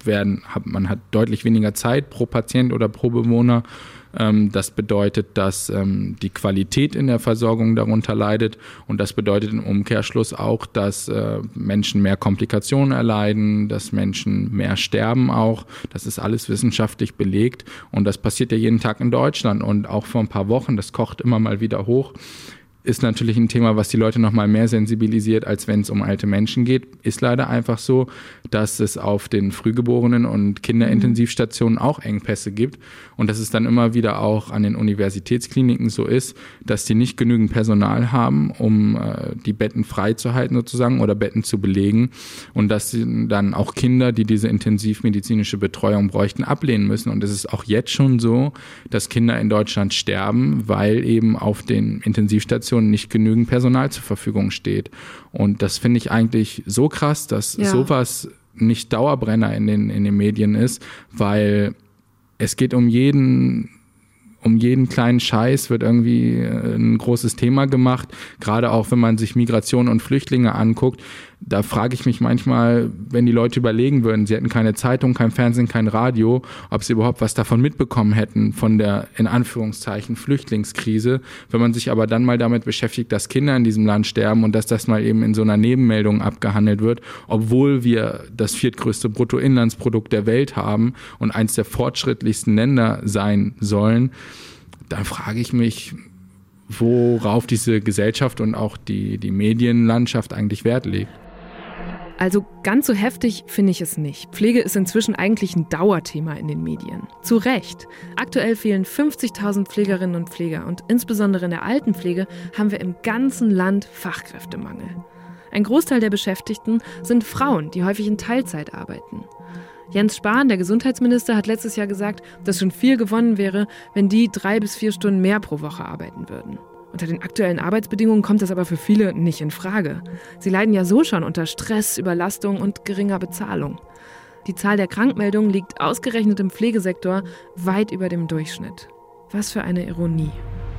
man hat deutlich weniger Zeit pro Patient oder pro Bewohner. Das bedeutet, dass die Qualität in der Versorgung darunter leidet. Und das bedeutet im Umkehrschluss auch, dass Menschen mehr Komplikationen erleiden, dass Menschen mehr sterben auch. Das ist alles wissenschaftlich belegt. Und das passiert ja jeden Tag in Deutschland. Und auch vor ein paar Wochen, das kocht immer mal wieder hoch, ist natürlich ein Thema, was die Leute noch mal mehr sensibilisiert, als wenn es um alte Menschen geht. Ist leider einfach so, dass es auf den Frühgeborenen- und Kinderintensivstationen auch Engpässe gibt und dass es dann immer wieder auch an den Universitätskliniken so ist, dass die nicht genügend Personal haben, um die Betten freizuhalten sozusagen oder Betten zu belegen und dass dann auch Kinder, die diese intensivmedizinische Betreuung bräuchten, ablehnen müssen. Und es ist auch jetzt schon so, dass Kinder in Deutschland sterben, weil eben auf den Intensivstationen nicht genügend Personal zur Verfügung steht. Und das finde ich eigentlich so krass, dass sowas nicht Dauerbrenner in den Medien ist, weil es geht um jeden kleinen Scheiß, wird irgendwie ein großes Thema gemacht. Gerade auch, wenn man sich Migration und Flüchtlinge anguckt, da frage ich mich manchmal, wenn die Leute überlegen würden, sie hätten keine Zeitung, kein Fernsehen, kein Radio, ob sie überhaupt was davon mitbekommen hätten, von der, in Anführungszeichen, Flüchtlingskrise. Wenn man sich aber dann mal damit beschäftigt, dass Kinder in diesem Land sterben und dass das mal eben in so einer Nebenmeldung abgehandelt wird, obwohl wir das 4. Bruttoinlandsprodukt der Welt haben und eins der fortschrittlichsten Länder sein sollen, dann frage ich mich, worauf diese Gesellschaft und auch die Medienlandschaft eigentlich Wert legt. Also ganz so heftig finde ich es nicht. Pflege ist inzwischen eigentlich ein Dauerthema in den Medien. Zu Recht. Aktuell fehlen 50.000 Pflegerinnen und Pfleger und insbesondere in der Altenpflege haben wir im ganzen Land Fachkräftemangel. Ein Großteil der Beschäftigten sind Frauen, die häufig in Teilzeit arbeiten. Jens Spahn, der Gesundheitsminister, hat letztes Jahr gesagt, dass schon viel gewonnen wäre, wenn die 3 bis 4 Stunden mehr pro Woche arbeiten würden. Unter den aktuellen Arbeitsbedingungen kommt das aber für viele nicht in Frage. Sie leiden ja so schon unter Stress, Überlastung und geringer Bezahlung. Die Zahl der Krankmeldungen liegt ausgerechnet im Pflegesektor weit über dem Durchschnitt. Was für eine Ironie.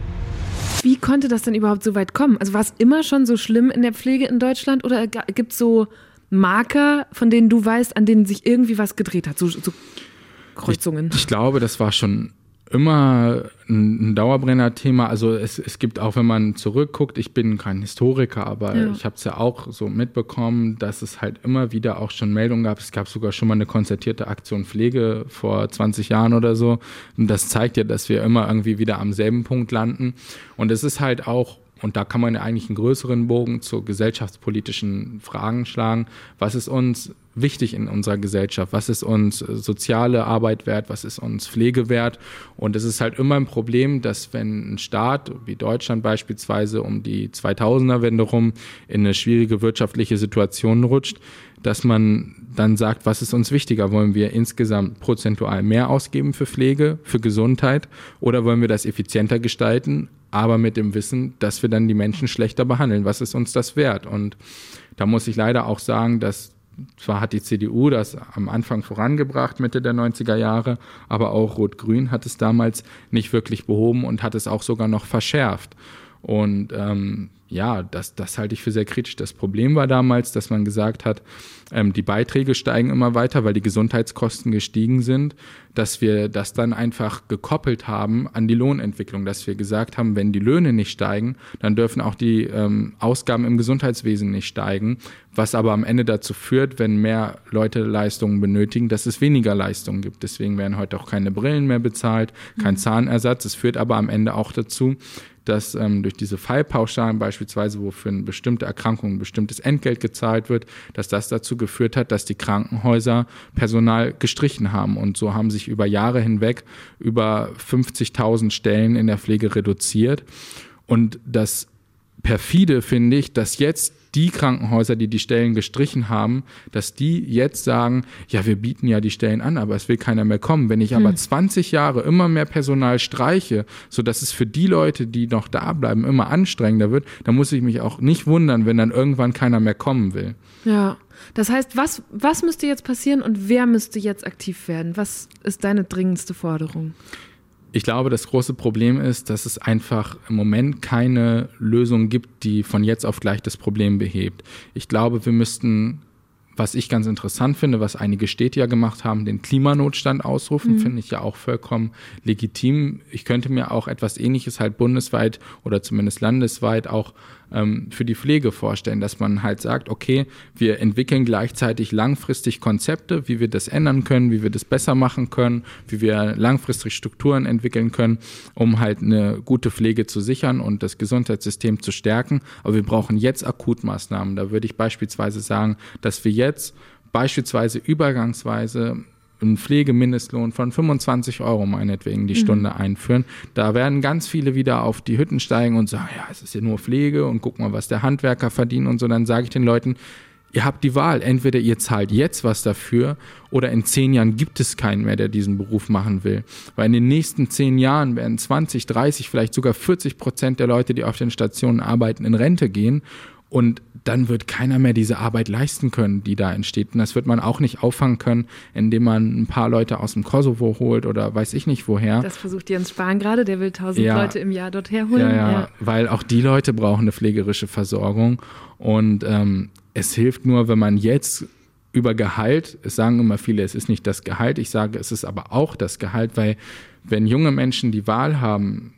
Wie konnte das denn überhaupt so weit kommen? Also war es immer schon so schlimm in der Pflege in Deutschland oder gibt es so Marker, von denen du weißt, an denen sich irgendwie was gedreht hat, so Kreuzungen? Ich glaube, das war schon immer ein Dauerbrenner-Thema. Also es gibt auch, wenn man zurückguckt, ich bin kein Historiker, aber ich habe es ja auch so mitbekommen, dass es halt immer wieder auch schon Meldungen gab. Es gab sogar schon mal eine konzertierte Aktion Pflege vor 20 Jahren oder so. Und das zeigt ja, dass wir immer irgendwie wieder am selben Punkt landen. Und es ist halt auch, und da kann man ja eigentlich einen größeren Bogen zu gesellschaftspolitischen Fragen schlagen. Was ist uns wichtig in unserer Gesellschaft? Was ist uns soziale Arbeit wert? Was ist uns Pflege wert? Und es ist halt immer ein Problem, dass wenn ein Staat wie Deutschland beispielsweise um die 2000er-Wende rum in eine schwierige wirtschaftliche Situation rutscht, dass man dann sagt, was ist uns wichtiger? Wollen wir insgesamt prozentual mehr ausgeben für Pflege, für Gesundheit oder wollen wir das effizienter gestalten, aber mit dem Wissen, dass wir dann die Menschen schlechter behandeln? Was ist uns das wert? Und da muss ich leider auch sagen, dass zwar hat die CDU das am Anfang vorangebracht, Mitte der 90er Jahre, aber auch Rot-Grün hat es damals nicht wirklich behoben und hat es auch sogar noch verschärft. Und das halte ich für sehr kritisch. Das Problem war damals, dass man gesagt hat, die Beiträge steigen immer weiter, weil die Gesundheitskosten gestiegen sind, dass wir das dann einfach gekoppelt haben an die Lohnentwicklung, dass wir gesagt haben, wenn die Löhne nicht steigen, dann dürfen auch die Ausgaben im Gesundheitswesen nicht steigen, was aber am Ende dazu führt, wenn mehr Leute Leistungen benötigen, dass es weniger Leistungen gibt. Deswegen werden heute auch keine Brillen mehr bezahlt, kein Zahnersatz. Es führt aber am Ende auch dazu, dass durch diese Fallpauschalen beispielsweise, wo für eine bestimmte Erkrankung ein bestimmtes Entgelt gezahlt wird, dass das dazu geführt hat, dass die Krankenhäuser Personal gestrichen haben. Und so haben sich über Jahre hinweg über 50.000 Stellen in der Pflege reduziert. Und das perfide finde ich, dass jetzt die Krankenhäuser, die die Stellen gestrichen haben, dass die jetzt sagen, ja, wir bieten ja die Stellen an, aber es will keiner mehr kommen. Wenn ich aber 20 Jahre immer mehr Personal streiche, sodass es für die Leute, die noch da bleiben, immer anstrengender wird, dann muss ich mich auch nicht wundern, wenn dann irgendwann keiner mehr kommen will. Ja, das heißt, was müsste jetzt passieren und wer müsste jetzt aktiv werden? Was ist deine dringendste Forderung? Ich glaube, das große Problem ist, dass es einfach im Moment keine Lösung gibt, die von jetzt auf gleich das Problem behebt. Ich glaube, wir müssten, was ich ganz interessant finde, was einige Städte ja gemacht haben, den Klimanotstand ausrufen, finde ich ja auch vollkommen legitim. Ich könnte mir auch etwas Ähnliches halt bundesweit oder zumindest landesweit auch für die Pflege vorstellen, dass man halt sagt, okay, wir entwickeln gleichzeitig langfristig Konzepte, wie wir das ändern können, wie wir das besser machen können, wie wir langfristig Strukturen entwickeln können, um halt eine gute Pflege zu sichern und das Gesundheitssystem zu stärken. Aber wir brauchen jetzt Akutmaßnahmen. Da würde ich beispielsweise sagen, dass wir jetzt beispielsweise übergangsweise einen Pflegemindestlohn von 25 € meinetwegen die Stunde einführen. Da werden ganz viele wieder auf die Hütten steigen und sagen, ja, es ist ja nur Pflege und guck mal, was der Handwerker verdient und so. Dann sage ich den Leuten, ihr habt die Wahl. Entweder ihr zahlt jetzt was dafür oder in 10 Jahren gibt es keinen mehr, der diesen Beruf machen will. Weil in den nächsten 10 Jahren werden 20, 30, vielleicht sogar 40% der Leute, die auf den Stationen arbeiten, in Rente gehen. Und dann wird keiner mehr diese Arbeit leisten können, die da entsteht. Und das wird man auch nicht auffangen können, indem man ein paar Leute aus dem Kosovo holt oder weiß ich nicht woher. Das versucht Jens Spahn gerade, der will 1000 Leute im Jahr dort herholen. Ja, weil auch die Leute brauchen eine pflegerische Versorgung. Und es hilft nur, wenn man jetzt über Gehalt, es sagen immer viele, es ist nicht das Gehalt, ich sage, es ist aber auch das Gehalt, weil wenn junge Menschen die Wahl haben,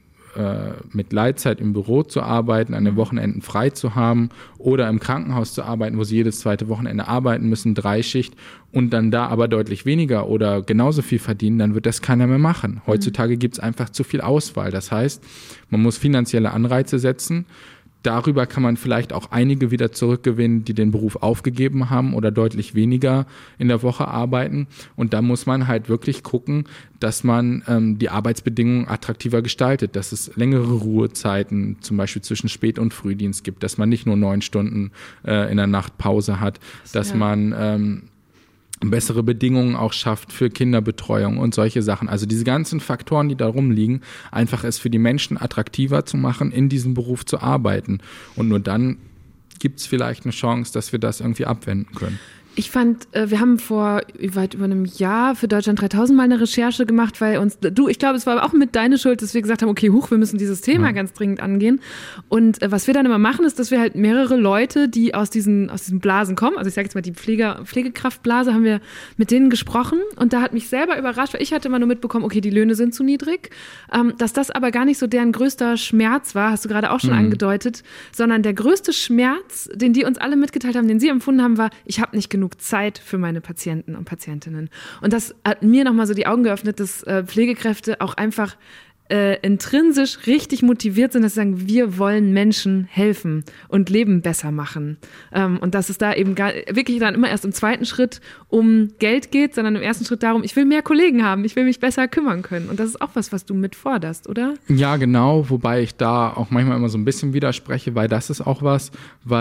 mit Gleitzeit im Büro zu arbeiten, an den Wochenenden frei zu haben oder im Krankenhaus zu arbeiten, wo sie jedes zweite Wochenende arbeiten müssen, 3-Schicht und dann da aber deutlich weniger oder genauso viel verdienen, dann wird das keiner mehr machen. Heutzutage gibt es einfach zu viel Auswahl. Das heißt, man muss finanzielle Anreize setzen. Darüber kann man vielleicht auch einige wieder zurückgewinnen, die den Beruf aufgegeben haben oder deutlich weniger in der Woche arbeiten. Und da muss man halt wirklich gucken, dass man die Arbeitsbedingungen attraktiver gestaltet, dass es längere Ruhezeiten, zum Beispiel zwischen Spät- und Frühdienst gibt, dass man nicht nur 9 Stunden in der Nacht Pause hat, dass man bessere Bedingungen auch schafft für Kinderbetreuung und solche Sachen. Also diese ganzen Faktoren, die da rumliegen, einfach es für die Menschen attraktiver zu machen, in diesem Beruf zu arbeiten. Und nur dann gibt es vielleicht eine Chance, dass wir das irgendwie abwenden können. Ich fand, wir haben vor weit über einem Jahr für Deutschland 3000 mal eine Recherche gemacht, weil ich glaube, es war auch mit deiner Schuld, dass wir gesagt haben, okay, wir müssen dieses Thema ganz dringend angehen. Und was wir dann immer machen, ist, dass wir halt mehrere Leute, die aus diesen Blasen kommen, also ich sage jetzt mal die Pflegekraftblase, haben wir mit denen gesprochen. Und da hat mich selber überrascht, weil ich hatte immer nur mitbekommen, okay, die Löhne sind zu niedrig, dass das aber gar nicht so deren größter Schmerz war, hast du gerade auch schon angedeutet, sondern der größte Schmerz, den die uns alle mitgeteilt haben, den sie empfunden haben, war, ich habe nicht genug Zeit für meine Patienten und Patientinnen. Und das hat mir nochmal so die Augen geöffnet, dass Pflegekräfte auch einfach intrinsisch richtig motiviert sind, dass sie sagen, wir wollen Menschen helfen und Leben besser machen. Und dass es da eben wirklich dann immer erst im zweiten Schritt um Geld geht, sondern im ersten Schritt darum, ich will mehr Kollegen haben, ich will mich besser kümmern können. Und das ist auch was du mitforderst, oder? Ja, genau, wobei ich da auch manchmal immer so ein bisschen widerspreche, weil das ist auch was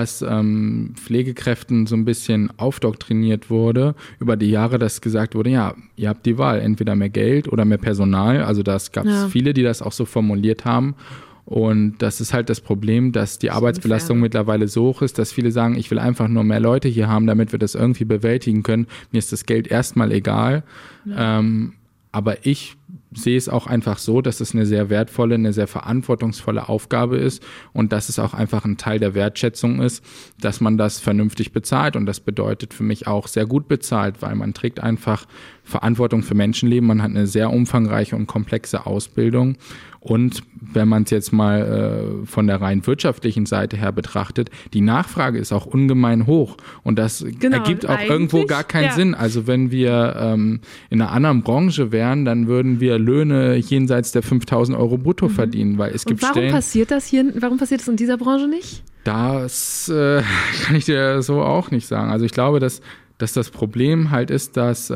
Pflegekräften so ein bisschen aufdoktriniert wurde über die Jahre, dass gesagt wurde, ja, ihr habt die Wahl, entweder mehr Geld oder mehr Personal. Also das gab es viele, die das auch so formuliert haben. Und das ist halt das Problem, dass die Arbeitsbelastung mittlerweile so hoch ist, dass viele sagen, ich will einfach nur mehr Leute hier haben, damit wir das irgendwie bewältigen können. Mir ist das Geld erstmal egal. Ja. Aber ich sehe es auch einfach so, dass es eine sehr wertvolle, eine sehr verantwortungsvolle Aufgabe ist und dass es auch einfach ein Teil der Wertschätzung ist, dass man das vernünftig bezahlt. Und das bedeutet für mich auch sehr gut bezahlt, weil man trägt einfach Verantwortung für Menschenleben. Man hat eine sehr umfangreiche und komplexe Ausbildung. Und wenn man es jetzt mal von der rein wirtschaftlichen Seite her betrachtet, die Nachfrage ist auch ungemein hoch. Und das ergibt auch irgendwo gar keinen Sinn. Also wenn wir in einer anderen Branche wären, dann würden wir Löhne jenseits der 5.000 € brutto verdienen. Weil es gibt Stellen. Warum passiert das in dieser Branche nicht? Das kann ich dir so auch nicht sagen. Also ich glaube, dass das Problem halt ist, dass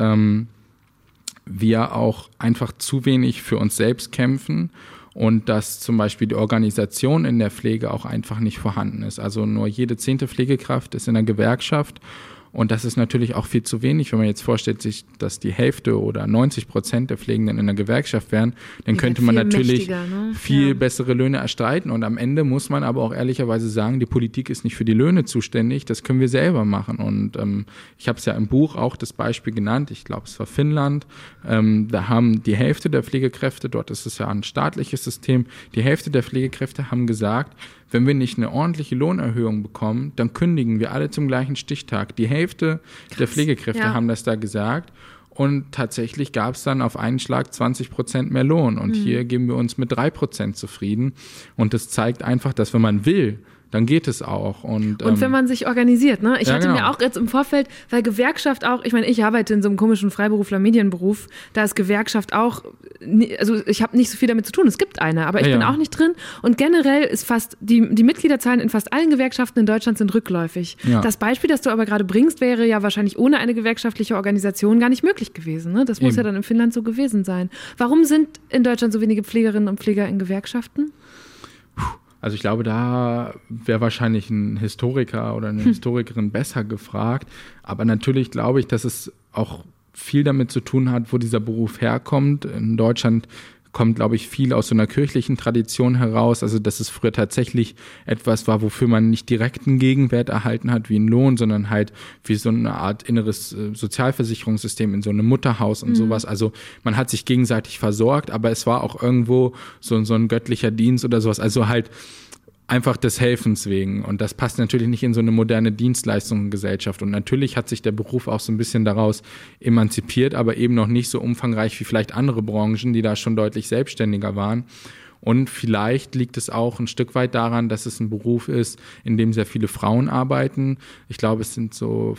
wir auch einfach zu wenig für uns selbst kämpfen und dass zum Beispiel die Organisation in der Pflege auch einfach nicht vorhanden ist. Also nur jede 10. Pflegekraft ist in einer Gewerkschaft. Und das ist natürlich auch viel zu wenig, wenn man jetzt vorstellt, sich, dass die Hälfte oder 90% der Pflegenden in einer Gewerkschaft wären, dann könnte man natürlich viel bessere Löhne erstreiten. Und am Ende muss man aber auch ehrlicherweise sagen, die Politik ist nicht für die Löhne zuständig, das können wir selber machen. Und ich habe es ja im Buch auch das Beispiel genannt, ich glaube, es war Finnland, da haben die Hälfte der Pflegekräfte, dort ist es ja ein staatliches System, die Hälfte der Pflegekräfte haben gesagt, wenn wir nicht eine ordentliche Lohnerhöhung bekommen, dann kündigen wir alle zum gleichen Stichtag. Die Hälfte der Pflegekräfte haben das da gesagt. Und tatsächlich gab es dann auf einen Schlag 20% mehr Lohn. Und hier geben wir uns mit 3% zufrieden. Und das zeigt einfach, dass wenn man will, dann geht es auch. Und wenn man sich organisiert, ne? Ich hatte mir auch jetzt im Vorfeld, weil Gewerkschaft auch, ich meine, ich arbeite in so einem komischen Freiberufler-Medienberuf, da ist Gewerkschaft auch, also ich habe nicht so viel damit zu tun, es gibt eine, aber ich bin auch nicht drin. Und generell ist die Mitgliederzahlen in fast allen Gewerkschaften in Deutschland sind rückläufig. Ja. Das Beispiel, das du aber gerade bringst, wäre ja wahrscheinlich ohne eine gewerkschaftliche Organisation gar nicht möglich gewesen. Ne? Das muss ja dann in Finnland so gewesen sein. Warum sind in Deutschland so wenige Pflegerinnen und Pfleger in Gewerkschaften? Also ich glaube, da wäre wahrscheinlich ein Historiker oder eine Historikerin besser gefragt. Aber natürlich glaube ich, dass es auch viel damit zu tun hat, wo dieser Beruf herkommt. In Deutschland kommt, glaube ich, viel aus so einer kirchlichen Tradition heraus. Also dass es früher tatsächlich etwas war, wofür man nicht direkten Gegenwert erhalten hat wie einen Lohn, sondern halt wie so eine Art inneres Sozialversicherungssystem in so einem Mutterhaus und sowas. Also man hat sich gegenseitig versorgt, aber es war auch irgendwo so ein göttlicher Dienst oder sowas. Also halt einfach des Helfens wegen. Und das passt natürlich nicht in so eine moderne Dienstleistungsgesellschaft. Und natürlich hat sich der Beruf auch so ein bisschen daraus emanzipiert, aber eben noch nicht so umfangreich wie vielleicht andere Branchen, die da schon deutlich selbstständiger waren. Und vielleicht liegt es auch ein Stück weit daran, dass es ein Beruf ist, in dem sehr viele Frauen arbeiten. Ich glaube, es sind so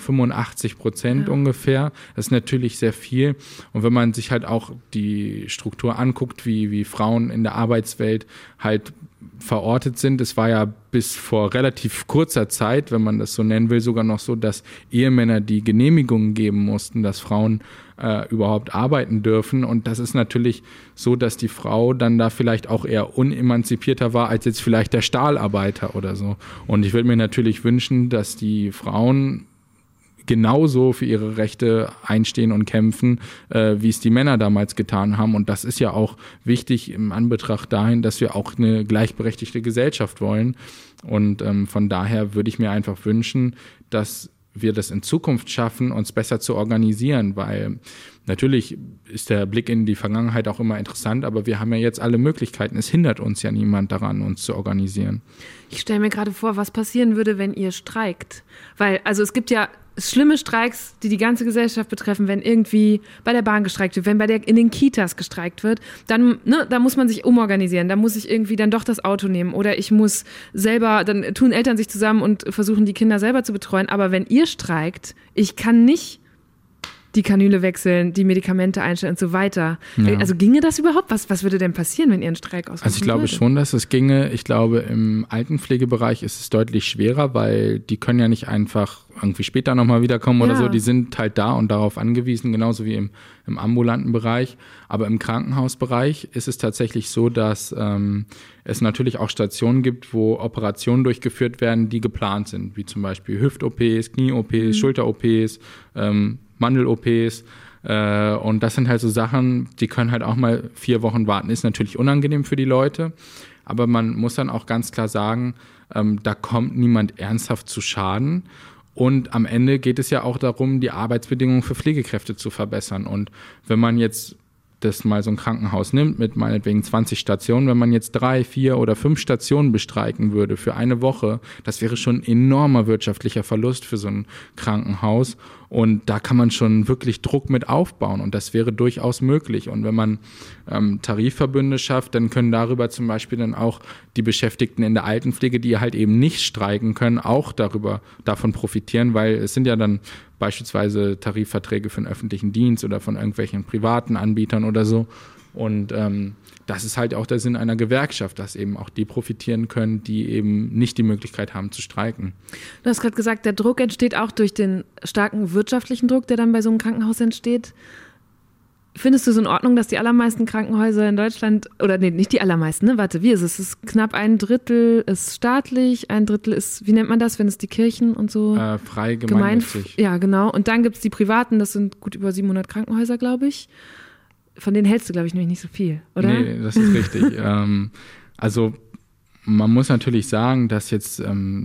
85% ungefähr. Das ist natürlich sehr viel. Und wenn man sich halt auch die Struktur anguckt, wie Frauen in der Arbeitswelt halt verortet sind. Es war ja bis vor relativ kurzer Zeit, wenn man das so nennen will, sogar noch so, dass Ehemänner die Genehmigungen geben mussten, dass Frauen überhaupt arbeiten dürfen. Und das ist natürlich so, dass die Frau dann da vielleicht auch eher unemanzipierter war als jetzt vielleicht der Stahlarbeiter oder so. Und ich würde mir natürlich wünschen, dass die Frauen genauso für ihre Rechte einstehen und kämpfen, wie es die Männer damals getan haben. Und das ist ja auch wichtig im Anbetracht dahin, dass wir auch eine gleichberechtigte Gesellschaft wollen. Und von daher würde ich mir einfach wünschen, dass wir das in Zukunft schaffen, uns besser zu organisieren, weil natürlich ist der Blick in die Vergangenheit auch immer interessant, aber wir haben ja jetzt alle Möglichkeiten. Es hindert uns ja niemand daran, uns zu organisieren. Ich stelle mir gerade vor, was passieren würde, wenn ihr streikt. Weil, also es gibt ja schlimme Streiks, die ganze Gesellschaft betreffen, wenn irgendwie bei der Bahn gestreikt wird, wenn in den Kitas gestreikt wird, dann, da muss man sich umorganisieren, da muss ich irgendwie dann doch das Auto nehmen oder ich muss selber, dann tun Eltern sich zusammen und versuchen die Kinder selber zu betreuen, aber wenn ihr streikt, ich kann nicht die Kanüle wechseln, die Medikamente einstellen und so weiter. Ja. Also ginge das überhaupt? Was würde denn passieren, wenn ihr einen Streik ausrufen Also ich glaube schon, dass es ginge. Ich glaube, im Altenpflegebereich ist es deutlich schwerer, weil die können ja nicht einfach irgendwie später nochmal wiederkommen oder so. Die sind halt da und darauf angewiesen, genauso wie im ambulanten Bereich. Aber im Krankenhausbereich ist es tatsächlich so, dass es natürlich auch Stationen gibt, wo Operationen durchgeführt werden, die geplant sind, wie zum Beispiel Hüft-OPs, Knie-OPs, Schulter-OPs, Mandel-OPs und das sind halt so Sachen, die können halt auch mal 4 Wochen warten. Ist natürlich unangenehm für die Leute, aber man muss dann auch ganz klar sagen, da kommt niemand ernsthaft zu Schaden und am Ende geht es ja auch darum, die Arbeitsbedingungen für Pflegekräfte zu verbessern und wenn man jetzt das mal so ein Krankenhaus nimmt mit meinetwegen 20 Stationen, wenn man jetzt 3, 4 oder 5 Stationen bestreiken würde für eine Woche, das wäre schon ein enormer wirtschaftlicher Verlust für so ein Krankenhaus und da kann man schon wirklich Druck mit aufbauen und das wäre durchaus möglich und wenn man Tarifverbünde schafft, dann können darüber zum Beispiel dann auch die Beschäftigten in der Altenpflege, die halt eben nicht streiken können, auch davon profitieren, weil es sind ja dann beispielsweise Tarifverträge für den öffentlichen Dienst oder von irgendwelchen privaten Anbietern oder so. Und das ist halt auch der Sinn einer Gewerkschaft, dass eben auch die profitieren können, die eben nicht die Möglichkeit haben zu streiken. Du hast gerade gesagt, der Druck entsteht auch durch den starken wirtschaftlichen Druck, der dann bei so einem Krankenhaus entsteht. Findest du es in Ordnung, dass die allermeisten Krankenhäuser in Deutschland, oder nee, nicht die allermeisten, ne? Warte, wie ist es? Es ist knapp 1/3 ist staatlich, 1/3 ist, wie nennt man das, wenn es die Kirchen und so? Frei gemeinnützig. Ja, genau. Und dann gibt es die privaten, das sind gut über 700 Krankenhäuser, glaube ich. Von denen hältst du, glaube ich, nämlich nicht so viel, oder? Nee, das ist richtig. Also man muss natürlich sagen, dass jetzt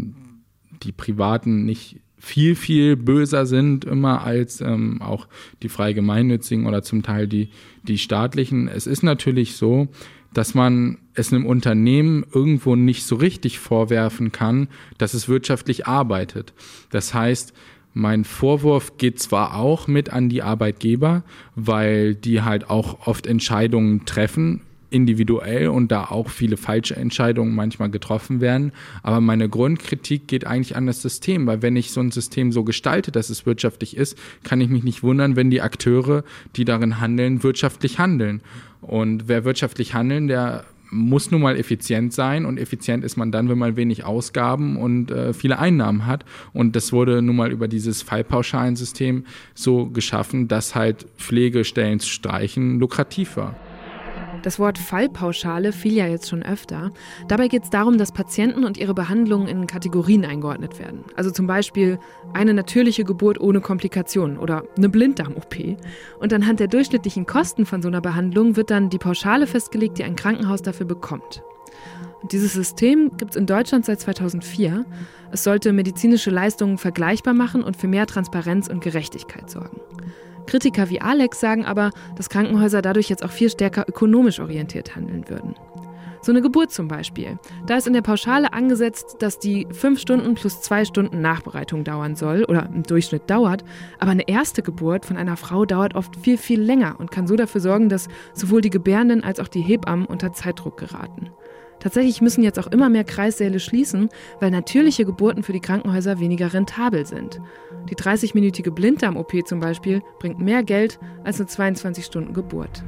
die Privaten nicht viel, viel böser sind immer als auch die frei gemeinnützigen oder zum Teil die staatlichen. Es ist natürlich so, dass man es einem Unternehmen irgendwo nicht so richtig vorwerfen kann, dass es wirtschaftlich arbeitet. Das heißt, mein Vorwurf geht zwar auch mit an die Arbeitgeber, weil die halt auch oft Entscheidungen treffen, individuell und da auch viele falsche Entscheidungen manchmal getroffen werden. Aber meine Grundkritik geht eigentlich an das System, weil wenn ich so ein System so gestalte, dass es wirtschaftlich ist, kann ich mich nicht wundern, wenn die Akteure, die darin handeln, wirtschaftlich handeln. Und wer wirtschaftlich handeln, der muss nun mal effizient sein und effizient ist man dann, wenn man wenig Ausgaben und viele Einnahmen hat. Und das wurde nun mal über dieses Fallpauschalensystem so geschaffen, dass halt Pflegestellen zu streichen lukrativ war. Das Wort Fallpauschale fiel ja jetzt schon öfter. Dabei geht es darum, dass Patienten und ihre Behandlungen in Kategorien eingeordnet werden. Also zum Beispiel eine natürliche Geburt ohne Komplikationen oder eine Blinddarm-OP. Und anhand der durchschnittlichen Kosten von so einer Behandlung wird dann die Pauschale festgelegt, die ein Krankenhaus dafür bekommt. Und dieses System gibt es in Deutschland seit 2004. Es sollte medizinische Leistungen vergleichbar machen und für mehr Transparenz und Gerechtigkeit sorgen. Kritiker wie Alex sagen aber, dass Krankenhäuser dadurch jetzt auch viel stärker ökonomisch orientiert handeln würden. So eine Geburt zum Beispiel. Da ist in der Pauschale angesetzt, dass die 5 Stunden plus 2 Stunden Nachbereitung dauern soll oder im Durchschnitt dauert. Aber eine erste Geburt von einer Frau dauert oft viel, viel länger und kann so dafür sorgen, dass sowohl die Gebärenden als auch die Hebammen unter Zeitdruck geraten. Tatsächlich müssen jetzt auch immer mehr Kreissäle schließen, weil natürliche Geburten für die Krankenhäuser weniger rentabel sind. Die 30-minütige Blinddarm-OP zum Beispiel bringt mehr Geld als eine 22-Stunden-Geburt.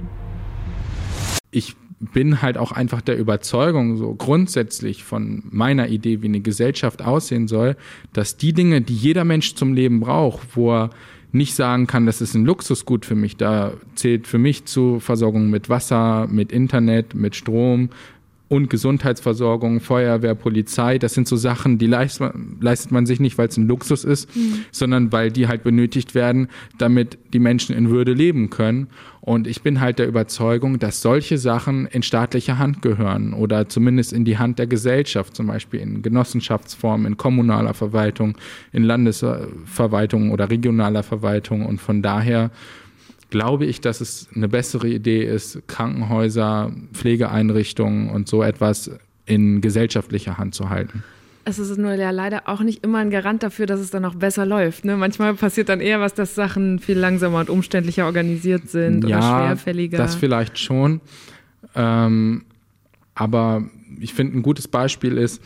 Ich bin halt auch einfach der Überzeugung, so grundsätzlich von meiner Idee, wie eine Gesellschaft aussehen soll, dass die Dinge, die jeder Mensch zum Leben braucht, wo er nicht sagen kann, das ist ein Luxusgut für mich, da zählt für mich zu Versorgung mit Wasser, mit Internet, mit Strom, und Gesundheitsversorgung, Feuerwehr, Polizei. Das sind so Sachen, die leistet man sich nicht, weil es ein Luxus ist, sondern weil die halt benötigt werden, damit die Menschen in Würde leben können. Und ich bin halt der Überzeugung, dass solche Sachen in staatliche Hand gehören oder zumindest in die Hand der Gesellschaft, zum Beispiel in Genossenschaftsformen, in kommunaler Verwaltung, in Landesverwaltung oder regionaler Verwaltung. Und von daher glaube ich, dass es eine bessere Idee ist, Krankenhäuser, Pflegeeinrichtungen und so etwas in gesellschaftlicher Hand zu halten. Es ist nur ja leider auch nicht immer ein Garant dafür, dass es dann auch besser läuft. Ne? Manchmal passiert dann eher was, dass Sachen viel langsamer und umständlicher organisiert sind oder schwerfälliger. Ja, das vielleicht schon. Aber ich finde, ein gutes Beispiel ist,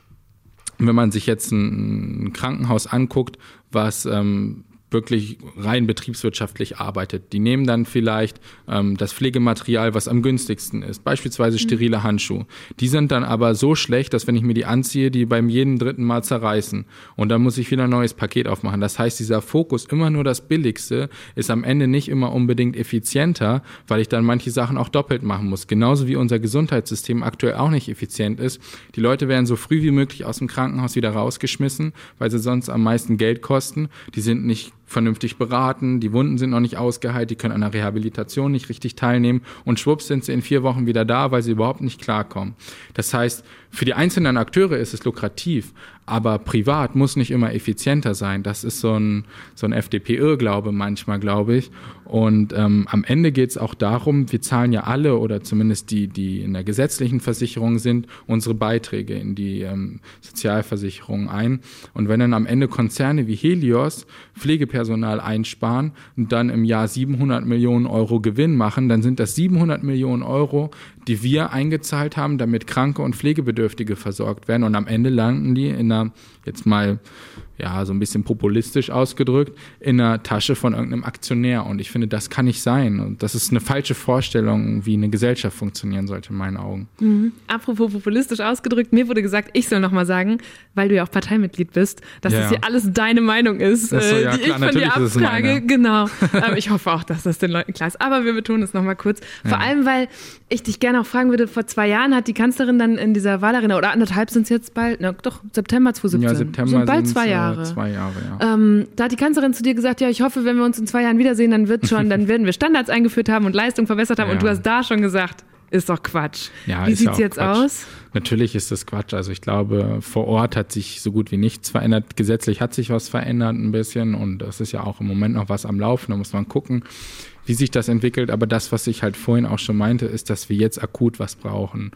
wenn man sich jetzt ein Krankenhaus anguckt, was wirklich rein betriebswirtschaftlich arbeitet. Die nehmen dann vielleicht das Pflegematerial, was am günstigsten ist, beispielsweise sterile Handschuhe. Die sind dann aber so schlecht, dass wenn ich mir die anziehe, die beim jedem dritten Mal zerreißen. Und dann muss ich wieder ein neues Paket aufmachen. Das heißt, dieser Fokus, immer nur das Billigste, ist am Ende nicht immer unbedingt effizienter, weil ich dann manche Sachen auch doppelt machen muss. Genauso wie unser Gesundheitssystem aktuell auch nicht effizient ist. Die Leute werden so früh wie möglich aus dem Krankenhaus wieder rausgeschmissen, weil sie sonst am meisten Geld kosten. Die sind nicht vernünftig beraten, die Wunden sind noch nicht ausgeheilt, die können an der Rehabilitation nicht richtig teilnehmen und schwupps sind sie in 4 Wochen wieder da, weil sie überhaupt nicht klarkommen. Das heißt, für die einzelnen Akteure ist es lukrativ, aber privat muss nicht immer effizienter sein. Das ist so ein FDP-Irrglaube manchmal, glaube ich. Und am Ende geht es auch darum, wir zahlen ja alle oder zumindest die in der gesetzlichen Versicherung sind, unsere Beiträge in die Sozialversicherung ein. Und wenn dann am Ende Konzerne wie Helios Pflegepersonal einsparen und dann im Jahr 700 Millionen Euro Gewinn machen, dann sind das 700 Millionen Euro, die wir eingezahlt haben, damit Kranke und Pflegebedürftige versorgt werden. Und am Ende landen die in einer, jetzt mal so ein bisschen populistisch ausgedrückt, in einer Tasche von irgendeinem Aktionär. Und ich finde, das kann nicht sein. Und das ist eine falsche Vorstellung, wie eine Gesellschaft funktionieren sollte, in meinen Augen. Apropos populistisch ausgedrückt, mir wurde gesagt, ich soll nochmal sagen, weil du ja auch Parteimitglied bist, dass das hier alles deine Meinung ist, die klar, ich von dir abfrage. Genau. Ich hoffe auch, dass das den Leuten klar ist. Aber wir betonen es nochmal kurz. Vor allem, weil ich dich gerne auch fragen würde, vor 2 Jahren hat die Kanzlerin dann in dieser Wahlarena, oder 1,5 sind es jetzt bald, September 2017. Ja, September sind bald 2 Jahre. 2 Jahre, ja. Da hat die Kanzlerin zu dir gesagt, ja, ich hoffe, wenn wir uns in 2 Jahren wiedersehen, dann werden wir Standards eingeführt haben und Leistung verbessert haben. Und du hast da schon gesagt, ist doch Quatsch. Ja, wie sieht es jetzt aus? Natürlich ist das Quatsch. Also ich glaube, vor Ort hat sich so gut wie nichts verändert. Gesetzlich hat sich was verändert ein bisschen und es ist ja auch im Moment noch was am Laufen. Da muss man gucken, wie sich das entwickelt. Aber das, was ich halt vorhin auch schon meinte, ist, dass wir jetzt akut was brauchen.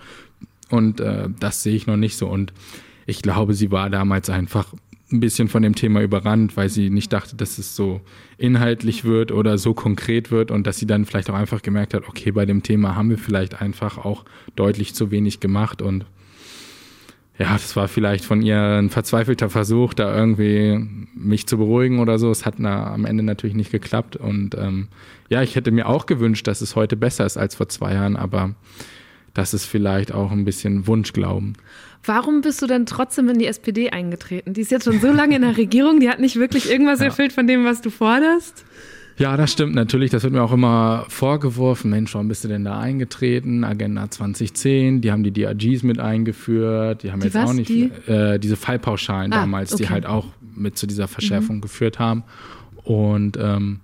Und das sehe ich noch nicht so. Und ich glaube, sie war damals einfach ein bisschen von dem Thema überrannt, weil sie nicht dachte, dass es so inhaltlich wird oder so konkret wird und dass sie dann vielleicht auch einfach gemerkt hat, okay, bei dem Thema haben wir vielleicht einfach auch deutlich zu wenig gemacht und ja, das war vielleicht von ihr ein verzweifelter Versuch, da irgendwie mich zu beruhigen oder so. Es hat am Ende natürlich nicht geklappt und ich hätte mir auch gewünscht, dass es heute besser ist als vor 2 Jahren, aber das ist vielleicht auch ein bisschen Wunschglauben. Warum bist du dann trotzdem in die SPD eingetreten? Die ist jetzt schon so lange in der Regierung, die hat nicht wirklich irgendwas erfüllt von dem, was du forderst? Ja, das stimmt natürlich. Das wird mir auch immer vorgeworfen. Mensch, warum bist du denn da eingetreten? Agenda 2010, die haben die DRGs mit eingeführt. Die haben jetzt auch nicht diese Fallpauschalen damals, die halt auch mit zu dieser Verschärfung geführt haben. Und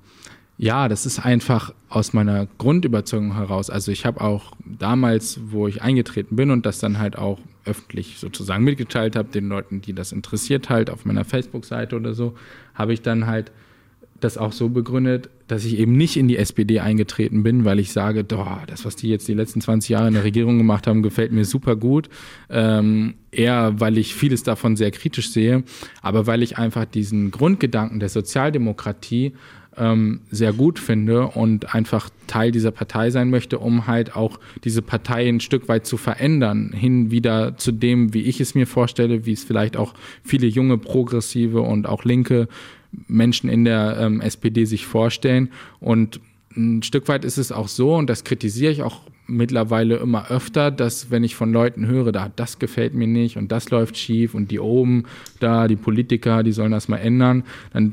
das ist einfach aus meiner Grundüberzeugung heraus. Also ich habe auch damals, wo ich eingetreten bin und das dann halt auch öffentlich sozusagen mitgeteilt habe, den Leuten, die das interessiert halt auf meiner Facebook-Seite oder so, habe ich dann halt das auch so begründet, dass ich eben nicht in die SPD eingetreten bin, weil ich sage, das, was die jetzt die letzten 20 Jahre in der Regierung gemacht haben, gefällt mir super gut. Eher, weil ich vieles davon sehr kritisch sehe, aber weil ich einfach diesen Grundgedanken der Sozialdemokratie sehr gut finde und einfach Teil dieser Partei sein möchte, um halt auch diese Partei ein Stück weit zu verändern, hin wieder zu dem, wie ich es mir vorstelle, wie es vielleicht auch viele junge, progressive und auch linke Menschen in der SPD sich vorstellen. Und ein Stück weit ist es auch so, und das kritisiere ich auch mittlerweile immer öfter, dass wenn ich von Leuten höre, das gefällt mir nicht und das läuft schief und die oben da, die Politiker, die sollen das mal ändern, dann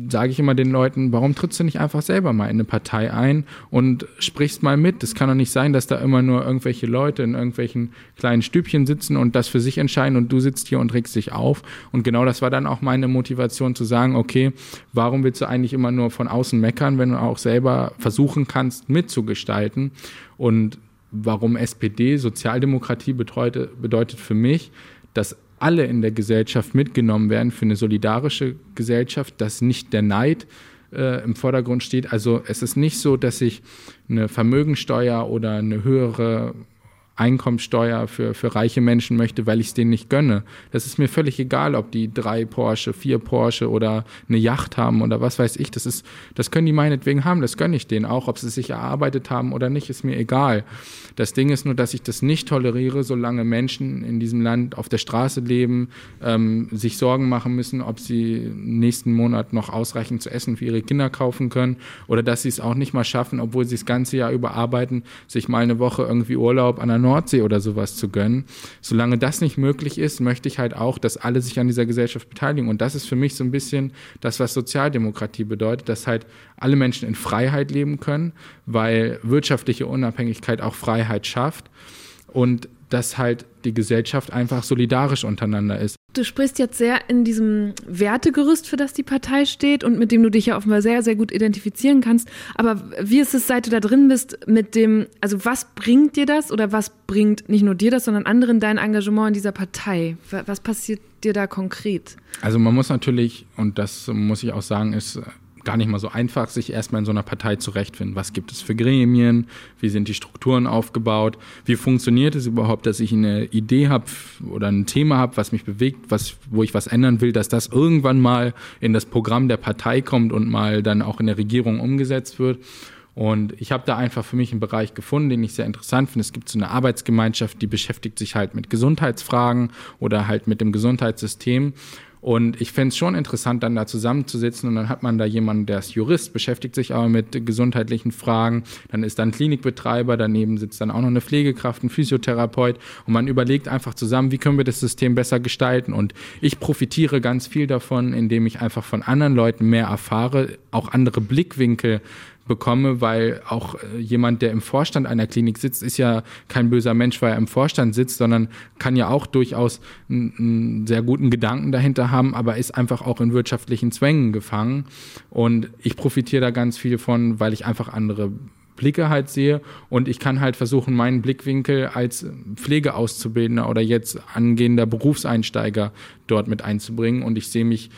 sage ich immer den Leuten, warum trittst du nicht einfach selber mal in eine Partei ein und sprichst mal mit? Das kann doch nicht sein, dass da immer nur irgendwelche Leute in irgendwelchen kleinen Stübchen sitzen und das für sich entscheiden und du sitzt hier und regst dich auf. Und genau das war dann auch meine Motivation zu sagen, okay, warum willst du eigentlich immer nur von außen meckern, wenn du auch selber versuchen kannst, mitzugestalten? Und warum SPD, Sozialdemokratie bedeutet für mich, dass alle in der Gesellschaft mitgenommen werden für eine solidarische Gesellschaft, dass nicht der Neid im Vordergrund steht. Also es ist nicht so, dass ich eine Vermögensteuer oder eine höhere Einkommensteuer für reiche Menschen möchte, weil ich es denen nicht gönne. Das ist mir völlig egal, ob die 3 Porsche, 4 Porsche oder eine Yacht haben oder was weiß ich. Das können die meinetwegen haben, das gönne ich denen auch. Ob sie es sich erarbeitet haben oder nicht, ist mir egal. Das Ding ist nur, dass ich das nicht toleriere, solange Menschen in diesem Land auf der Straße leben, sich Sorgen machen müssen, ob sie nächsten Monat noch ausreichend zu essen für ihre Kinder kaufen können oder dass sie es auch nicht mal schaffen, obwohl sie das ganze Jahr über arbeiten, sich mal eine Woche irgendwie Urlaub an der Nordsee oder sowas zu gönnen. Solange das nicht möglich ist, möchte ich halt auch, dass alle sich an dieser Gesellschaft beteiligen. Und das ist für mich so ein bisschen das, was Sozialdemokratie bedeutet, dass halt alle Menschen in Freiheit leben können, weil wirtschaftliche Unabhängigkeit auch Freiheit schafft und dass halt die Gesellschaft einfach solidarisch untereinander ist. Du sprichst jetzt sehr in diesem Wertegerüst, für das die Partei steht und mit dem du dich ja offenbar sehr, sehr gut identifizieren kannst. Aber wie ist es, seit du da drin bist, mit dem, also was bringt dir das oder was bringt nicht nur dir das, sondern anderen dein Engagement in dieser Partei? Was passiert dir da konkret? Also man muss natürlich, und das muss ich auch sagen, ist gar nicht mal so einfach, sich erstmal in so einer Partei zurechtfinden. Was gibt es für Gremien? Wie sind die Strukturen aufgebaut? Wie funktioniert es überhaupt, dass ich eine Idee habe oder ein Thema habe, was mich bewegt, wo ich was ändern will, dass das irgendwann mal in das Programm der Partei kommt und mal dann auch in der Regierung umgesetzt wird? Und ich habe da einfach für mich einen Bereich gefunden, den ich sehr interessant finde. Es gibt so eine Arbeitsgemeinschaft, die beschäftigt sich halt mit Gesundheitsfragen oder halt mit dem Gesundheitssystem. Und ich fände es schon interessant, dann da zusammenzusitzen und dann hat man da jemanden, der ist Jurist, beschäftigt sich aber mit gesundheitlichen Fragen, dann ist dann Klinikbetreiber, daneben sitzt dann auch noch eine Pflegekraft, ein Physiotherapeut und man überlegt einfach zusammen, wie können wir das System besser gestalten. Und ich profitiere ganz viel davon, indem ich einfach von anderen Leuten mehr erfahre, auch andere Blickwinkel bekomme, weil auch jemand, der im Vorstand einer Klinik sitzt, ist ja kein böser Mensch, weil er im Vorstand sitzt, sondern kann ja auch durchaus einen sehr guten Gedanken dahinter haben, aber ist einfach auch in wirtschaftlichen Zwängen gefangen. Und ich profitiere da ganz viel von, weil ich einfach andere Blicke halt sehe und ich kann halt versuchen, meinen Blickwinkel als Pflegeauszubildender oder jetzt angehender Berufseinsteiger dort mit einzubringen und ich sehe mich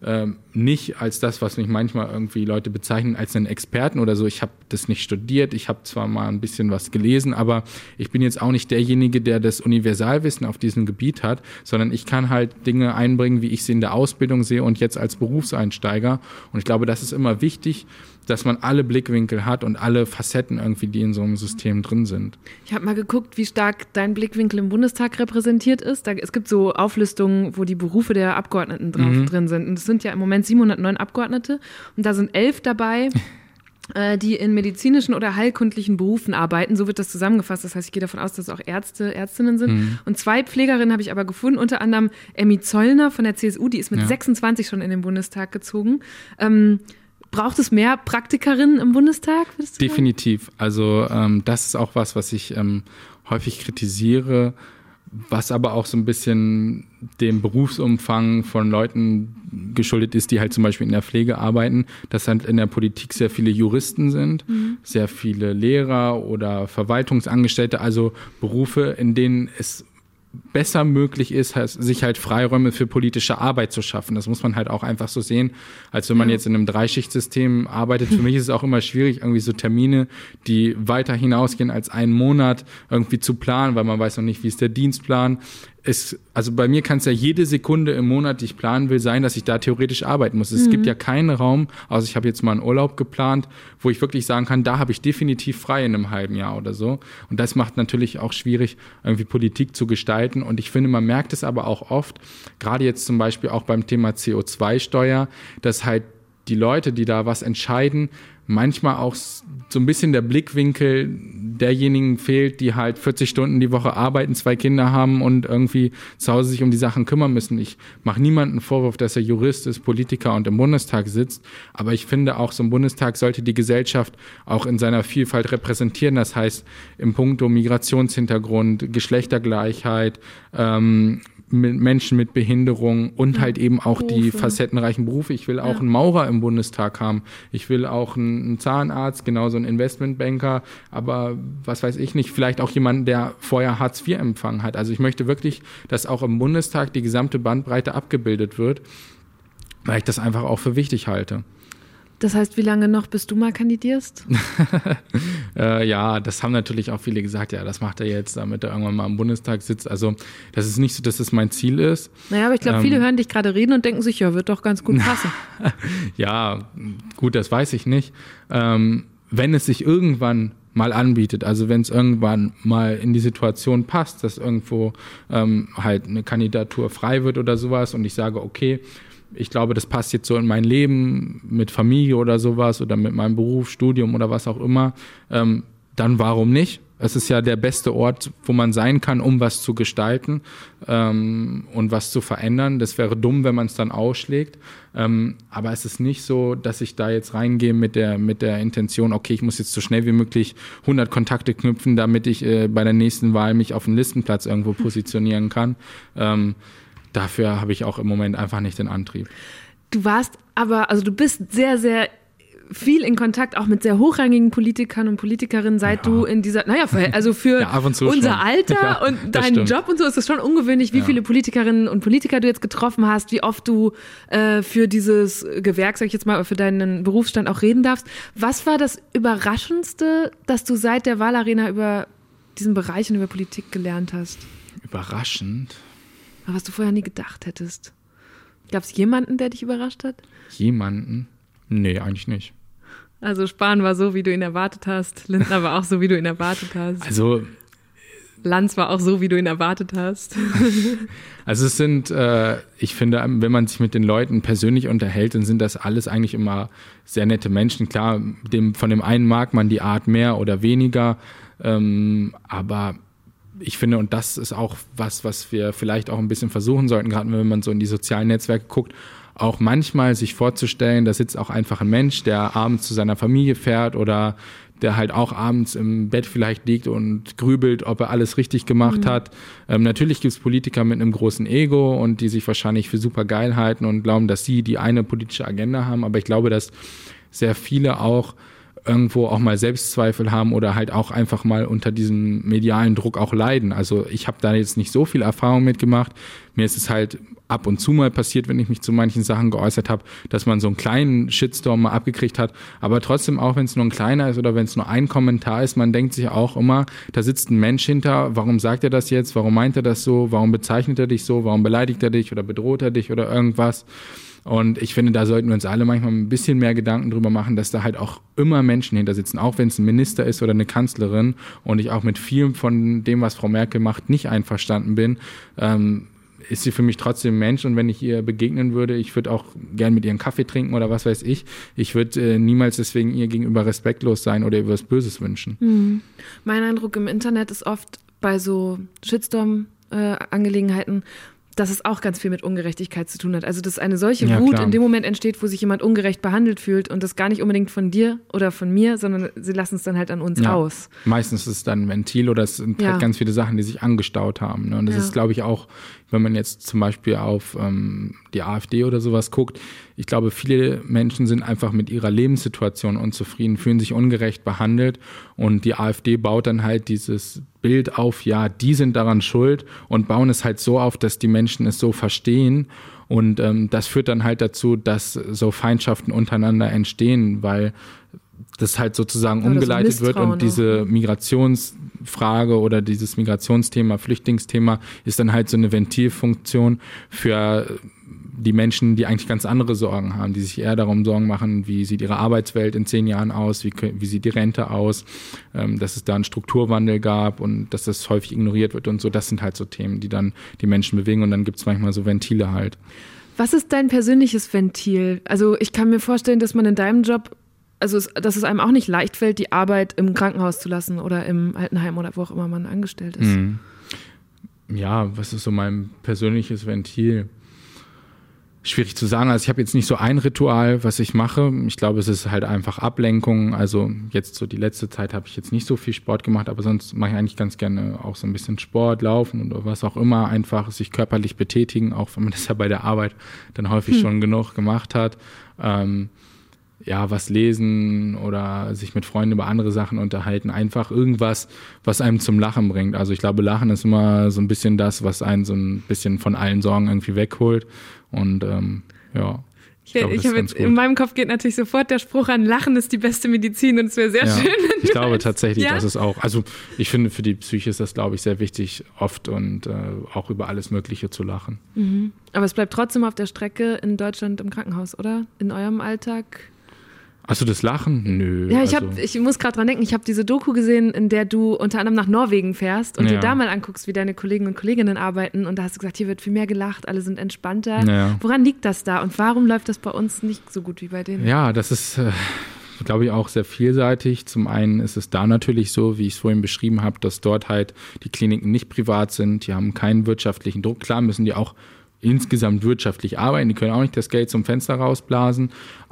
nicht als das, was mich manchmal irgendwie Leute bezeichnen, als einen Experten oder so. Ich habe das nicht studiert, ich habe zwar mal ein bisschen was gelesen, aber ich bin jetzt auch nicht derjenige, der das Universalwissen auf diesem Gebiet hat, sondern ich kann halt Dinge einbringen, wie ich sie in der Ausbildung sehe und jetzt als Berufseinsteiger. Und ich glaube, das ist immer wichtig, dass man alle Blickwinkel hat und alle Facetten irgendwie, die in so einem System drin sind. Ich habe mal geguckt, wie stark dein Blickwinkel im Bundestag repräsentiert ist. Es gibt so Auflistungen, wo die Berufe der Abgeordneten drin sind. Und es sind ja im Moment 709 Abgeordnete und da sind 11 dabei, die in medizinischen oder heilkundlichen Berufen arbeiten. So wird das zusammengefasst. Das heißt, ich gehe davon aus, dass es auch Ärztinnen sind. Und 2 Pflegerinnen habe ich aber gefunden, unter anderem Emmy Zollner von der CSU, die ist mit 26 schon in den Bundestag gezogen. Braucht es mehr Praktikerinnen im Bundestag? Definitiv. Also das ist auch was ich häufig kritisiere, was aber auch so ein bisschen dem Berufsumfang von Leuten geschuldet ist, die halt zum Beispiel in der Pflege arbeiten, dass halt in der Politik sehr viele Juristen sind, sehr viele Lehrer oder Verwaltungsangestellte, also Berufe, in denen es besser möglich ist, sich halt Freiräume für politische Arbeit zu schaffen. Das muss man halt auch einfach so sehen, als wenn man jetzt in einem Dreischichtsystem arbeitet. Für mich ist es auch immer schwierig, irgendwie so Termine, die weiter hinausgehen als einen Monat irgendwie zu planen, weil man weiß noch nicht, wie ist der Dienstplan. Also bei mir kann es ja jede Sekunde im Monat, die ich planen will, sein, dass ich da theoretisch arbeiten muss. Es gibt ja keinen Raum, also ich habe jetzt mal einen Urlaub geplant, wo ich wirklich sagen kann, da habe ich definitiv frei in einem halben Jahr oder so. Und das macht natürlich auch schwierig, irgendwie Politik zu gestalten. Und ich finde, man merkt es aber auch oft, gerade jetzt zum Beispiel auch beim Thema CO2-Steuer, dass halt die Leute, die da was entscheiden, manchmal auch so ein bisschen der Blickwinkel derjenigen fehlt, die halt 40 Stunden die Woche arbeiten, 2 Kinder haben und irgendwie zu Hause sich um die Sachen kümmern müssen. Ich mache niemanden Vorwurf, dass er Jurist ist, Politiker und im Bundestag sitzt, aber ich finde auch, so ein Bundestag sollte die Gesellschaft auch in seiner Vielfalt repräsentieren. Das heißt, im Punkto Migrationshintergrund, Geschlechtergleichheit, mit Menschen mit Behinderung und halt eben auch Berufe. Die facettenreichen Berufe. Ich will auch einen Maurer im Bundestag haben. Ich will auch einen Zahnarzt, genauso einen Investmentbanker, aber was weiß ich nicht, vielleicht auch jemanden, der vorher Hartz IV empfangen hat. Also ich möchte wirklich, dass auch im Bundestag die gesamte Bandbreite abgebildet wird, weil ich das einfach auch für wichtig halte. Das heißt, wie lange noch, bis du mal kandidierst? Ja, das haben natürlich auch viele gesagt, ja, das macht er jetzt, damit er irgendwann mal im Bundestag sitzt. Also das ist nicht so, dass das mein Ziel ist. Naja, aber ich glaube, viele hören dich gerade reden und denken sich, ja, wird doch ganz gut passen. Ja, gut, das weiß ich nicht. Wenn es sich irgendwann mal anbietet, also wenn es irgendwann mal in die Situation passt, dass irgendwo halt eine Kandidatur frei wird oder sowas und ich sage, okay, ich glaube, das passt jetzt so in mein Leben mit Familie oder sowas oder mit meinem Beruf, Studium oder was auch immer, dann warum nicht? Es ist ja der beste Ort, wo man sein kann, um was zu gestalten und was zu verändern. Das wäre dumm, wenn man es dann ausschlägt. Aber es ist nicht so, dass ich da jetzt reingehe mit der Intention, okay, ich muss jetzt so schnell wie möglich 100 Kontakte knüpfen, damit ich bei der nächsten Wahl mich auf einen Listenplatz irgendwo positionieren kann. Dafür habe ich auch im Moment einfach nicht den Antrieb. Du bist sehr, sehr viel in Kontakt auch mit sehr hochrangigen Politikern und Politikerinnen, seit du in dieser, für unser Alter und deinen Job und so ist es schon ungewöhnlich, wie viele Politikerinnen und Politiker du jetzt getroffen hast, wie oft du für dieses Gewerk, sag ich jetzt mal, für deinen Berufsstand auch reden darfst. Was war das Überraschendste, dass du seit der Wahlarena über diesen Bereich und über Politik gelernt hast? Überraschend? Was du vorher nie gedacht hättest. Gab es jemanden, der dich überrascht hat? Jemanden? Nee, eigentlich nicht. Also Spahn war so, wie du ihn erwartet hast. Lindner war auch so, wie du ihn erwartet hast. Also Lanz war auch so, wie du ihn erwartet hast. Also es sind, ich finde, wenn man sich mit den Leuten persönlich unterhält, dann sind das alles eigentlich immer sehr nette Menschen. Klar, von dem einen mag man die Art mehr oder weniger, aber ich finde, und das ist auch was wir vielleicht auch ein bisschen versuchen sollten, gerade wenn man so in die sozialen Netzwerke guckt, auch manchmal sich vorzustellen, da sitzt auch einfach ein Mensch, der abends zu seiner Familie fährt oder der halt auch abends im Bett vielleicht liegt und grübelt, ob er alles richtig gemacht hat. Natürlich gibt es Politiker mit einem großen Ego und die sich wahrscheinlich für super geil halten und glauben, dass sie die eine politische Agenda haben, aber ich glaube, dass sehr viele auch irgendwo auch mal Selbstzweifel haben oder halt auch einfach mal unter diesem medialen Druck auch leiden. Also ich habe da jetzt nicht so viel Erfahrung mitgemacht. Mir ist es halt ab und zu mal passiert, wenn ich mich zu manchen Sachen geäußert habe, dass man so einen kleinen Shitstorm mal abgekriegt hat. Aber trotzdem, auch wenn es nur ein kleiner ist oder wenn es nur ein Kommentar ist, man denkt sich auch immer, da sitzt ein Mensch hinter, warum sagt er das jetzt, warum meint er das so, warum bezeichnet er dich so, warum beleidigt er dich oder bedroht er dich oder irgendwas. Und ich finde, da sollten wir uns alle manchmal ein bisschen mehr Gedanken drüber machen, dass da halt auch immer Menschen hinter sitzen, auch wenn es ein Minister ist oder eine Kanzlerin und ich auch mit vielem von dem, was Frau Merkel macht, nicht einverstanden bin, ist sie für mich trotzdem Mensch und wenn ich ihr begegnen würde, ich würde auch gern mit ihr einen Kaffee trinken oder was weiß ich. Ich würde niemals deswegen ihr gegenüber respektlos sein oder ihr was Böses wünschen. Mhm. Mein Eindruck im Internet ist oft bei so Shitstorm-Angelegenheiten, dass es auch ganz viel mit Ungerechtigkeit zu tun hat. Also dass eine solche Wut in dem Moment entsteht, wo sich jemand ungerecht behandelt fühlt und das gar nicht unbedingt von dir oder von mir, sondern sie lassen es dann halt an uns aus. Meistens ist es dann ein Ventil oder es sind halt ganz viele Sachen, die sich angestaut haben. Ne? Und das ist, glaube ich, auch, wenn man jetzt zum Beispiel auf die AfD oder sowas guckt, ich glaube, viele Menschen sind einfach mit ihrer Lebenssituation unzufrieden, fühlen sich ungerecht behandelt und die AfD baut dann halt dieses Bild auf, ja, die sind daran schuld und bauen es halt so auf, dass die Menschen es so verstehen und das führt dann halt dazu, dass so Feindschaften untereinander entstehen, weil das halt sozusagen umgeleitet wird und diese Migrationsfrage oder dieses Migrationsthema, Flüchtlingsthema ist dann halt so eine Ventilfunktion für die Menschen, die eigentlich ganz andere Sorgen haben, die sich eher darum Sorgen machen, wie sieht ihre Arbeitswelt in 10 Jahren aus, wie sieht die Rente aus, dass es da einen Strukturwandel gab und dass das häufig ignoriert wird und so. Das sind halt so Themen, die dann die Menschen bewegen und dann gibt es manchmal so Ventile halt. Was ist dein persönliches Ventil? Also ich kann mir vorstellen, dass man in deinem Job dass es einem auch nicht leicht fällt, die Arbeit im Krankenhaus zu lassen oder im Altenheim oder wo auch immer man angestellt ist. Mhm. Ja, was ist so mein persönliches Ventil? Schwierig zu sagen. Also ich habe jetzt nicht so ein Ritual, was ich mache. Ich glaube, es ist halt einfach Ablenkung. Also jetzt so die letzte Zeit habe ich jetzt nicht so viel Sport gemacht, aber sonst mache ich eigentlich ganz gerne auch so ein bisschen Sport, Laufen oder was auch immer. Einfach sich körperlich betätigen, auch wenn man das ja bei der Arbeit dann häufig schon genug gemacht hat. Was lesen oder sich mit Freunden über andere Sachen unterhalten. Einfach irgendwas, was einem zum Lachen bringt. Also ich glaube, Lachen ist immer so ein bisschen das, was einen so ein bisschen von allen Sorgen irgendwie wegholt. Und in meinem Kopf geht natürlich sofort der Spruch an, Lachen ist die beste Medizin und es wäre sehr schön, wenn ich glaube tatsächlich, dass es auch, also ich finde, für die Psyche ist das, glaube ich, sehr wichtig, oft und auch über alles Mögliche zu lachen. Mhm. Aber es bleibt trotzdem auf der Strecke in Deutschland im Krankenhaus, oder? In eurem Alltag? Hast du das Lachen? Nö. Ja, ich muss gerade dran denken, ich habe diese Doku gesehen, in der du unter anderem nach Norwegen fährst und dir da mal anguckst, wie deine Kollegen und Kolleginnen arbeiten und da hast du gesagt, hier wird viel mehr gelacht, alle sind entspannter. Ja. Woran liegt das da und warum läuft das bei uns nicht so gut wie bei denen? Ja, das ist, glaube ich, auch sehr vielseitig. Zum einen ist es da natürlich so, wie ich es vorhin beschrieben habe, dass dort halt die Kliniken nicht privat sind, die haben keinen wirtschaftlichen Druck. Klar müssen die auch insgesamt wirtschaftlich arbeiten, die können auch nicht das Geld zum Fenster rausblasen,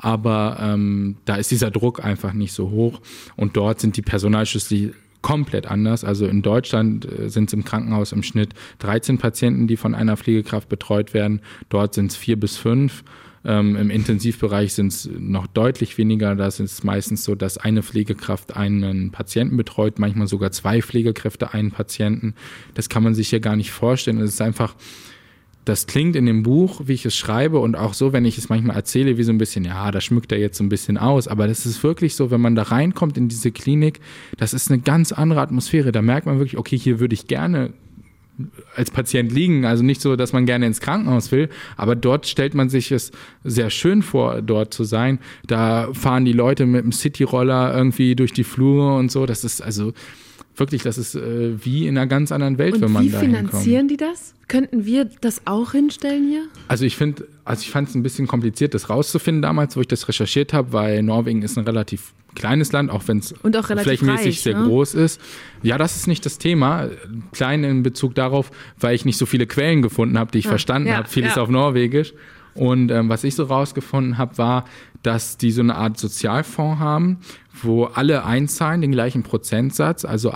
aber da ist dieser Druck einfach nicht so hoch und dort sind die Personalschlüssel komplett anders. Also in Deutschland sind es im Krankenhaus im Schnitt 13 Patienten, die von einer Pflegekraft betreut werden, dort sind es 4 bis 5. Im Intensivbereich sind es noch deutlich weniger, da ist es meistens so, dass eine Pflegekraft einen Patienten betreut, manchmal sogar 2 Pflegekräfte einen Patienten. Das kann man sich hier gar nicht vorstellen, es ist einfach. Das klingt in dem Buch, wie ich es schreibe und auch so, wenn ich es manchmal erzähle, wie so ein bisschen, ja, da schmückt er jetzt so ein bisschen aus. Aber das ist wirklich so, wenn man da reinkommt in diese Klinik, das ist eine ganz andere Atmosphäre. Da merkt man wirklich, okay, hier würde ich gerne als Patient liegen. Also nicht so, dass man gerne ins Krankenhaus will, aber dort stellt man sich es sehr schön vor, dort zu sein. Da fahren die Leute mit dem Cityroller irgendwie durch die Flure und so. Das ist also wirklich, das ist wie in einer ganz anderen Welt, wenn man da hinkommt. Wie finanzieren die das? Könnten wir das auch hinstellen hier? Also ich fand es ein bisschen kompliziert, das rauszufinden damals, wo ich das recherchiert habe, weil Norwegen ist ein relativ kleines Land, auch wenn es flächenmäßig sehr groß ist. Ja, das ist nicht das Thema. Klein in Bezug darauf, weil ich nicht so viele Quellen gefunden habe, die ich verstanden habe. Vieles auf Norwegisch. Und was ich so rausgefunden habe, war, dass die so eine Art Sozialfonds haben, wo alle einzahlen, den gleichen Prozentsatz, also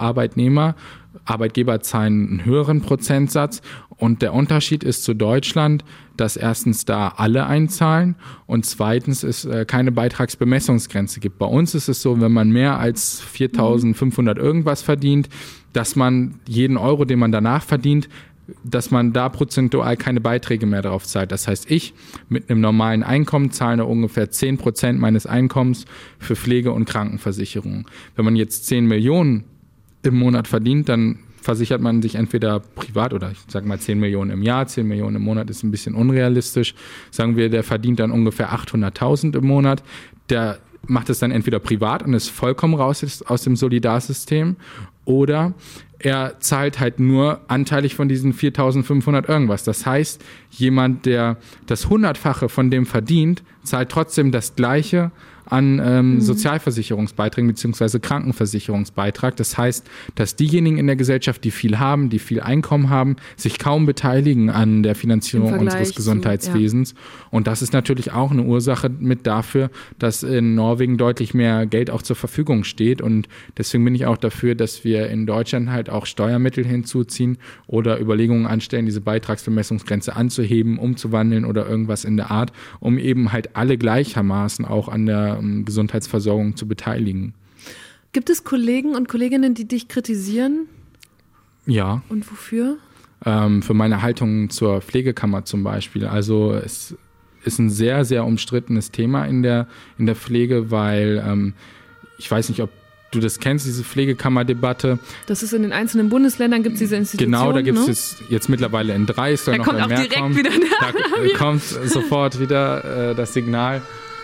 Arbeitgeber zahlen einen höheren Prozentsatz und der Unterschied ist zu Deutschland, dass erstens da alle einzahlen und zweitens es keine Beitragsbemessungsgrenze gibt. Bei uns ist es so, wenn man mehr als 4.500 irgendwas verdient, dass man jeden Euro, den man danach verdient, dass man da prozentual keine Beiträge mehr drauf zahlt. Das heißt, ich mit einem normalen Einkommen zahle ungefähr 10% meines Einkommens für Pflege- und Krankenversicherung. Wenn man jetzt 10 Millionen im Monat verdient, dann versichert man sich entweder privat oder ich sage mal 10 Millionen im Jahr, 10 Millionen im Monat ist ein bisschen unrealistisch. Sagen wir, der verdient dann ungefähr 800.000 im Monat. Der macht es dann entweder privat und ist vollkommen raus aus dem Solidarsystem oder er zahlt halt nur anteilig von diesen 4.500 irgendwas. Das heißt, jemand, der das 100-fache von dem verdient, zahlt trotzdem das Gleiche an Sozialversicherungsbeiträgen bzw. Krankenversicherungsbeitrag. Das heißt, dass diejenigen in der Gesellschaft, die viel haben, die viel Einkommen haben, sich kaum beteiligen an der Finanzierung unseres Gesundheitswesens. Und das ist natürlich auch eine Ursache mit dafür, dass in Norwegen deutlich mehr Geld auch zur Verfügung steht. Und deswegen bin ich auch dafür, dass wir in Deutschland halt auch Steuermittel hinzuziehen oder Überlegungen anstellen, diese Beitragsbemessungsgrenze anzuheben, umzuwandeln oder irgendwas in der Art, um eben halt alle gleichermaßen auch an der Gesundheitsversorgung zu beteiligen. Gibt es Kollegen und Kolleginnen, die dich kritisieren? Ja. Und wofür? Für meine Haltung zur Pflegekammer zum Beispiel. Also es ist ein sehr, sehr umstrittenes Thema in der Pflege, weil ich weiß nicht, ob du das kennst, diese Pflegekammerdebatte. Das ist in den einzelnen Bundesländern, gibt es diese Institutionen. Genau, da gibt es jetzt mittlerweile in 3, es soll noch mehr kommen. Da kommt auch direkt wieder da kommt sofort wieder das Signal.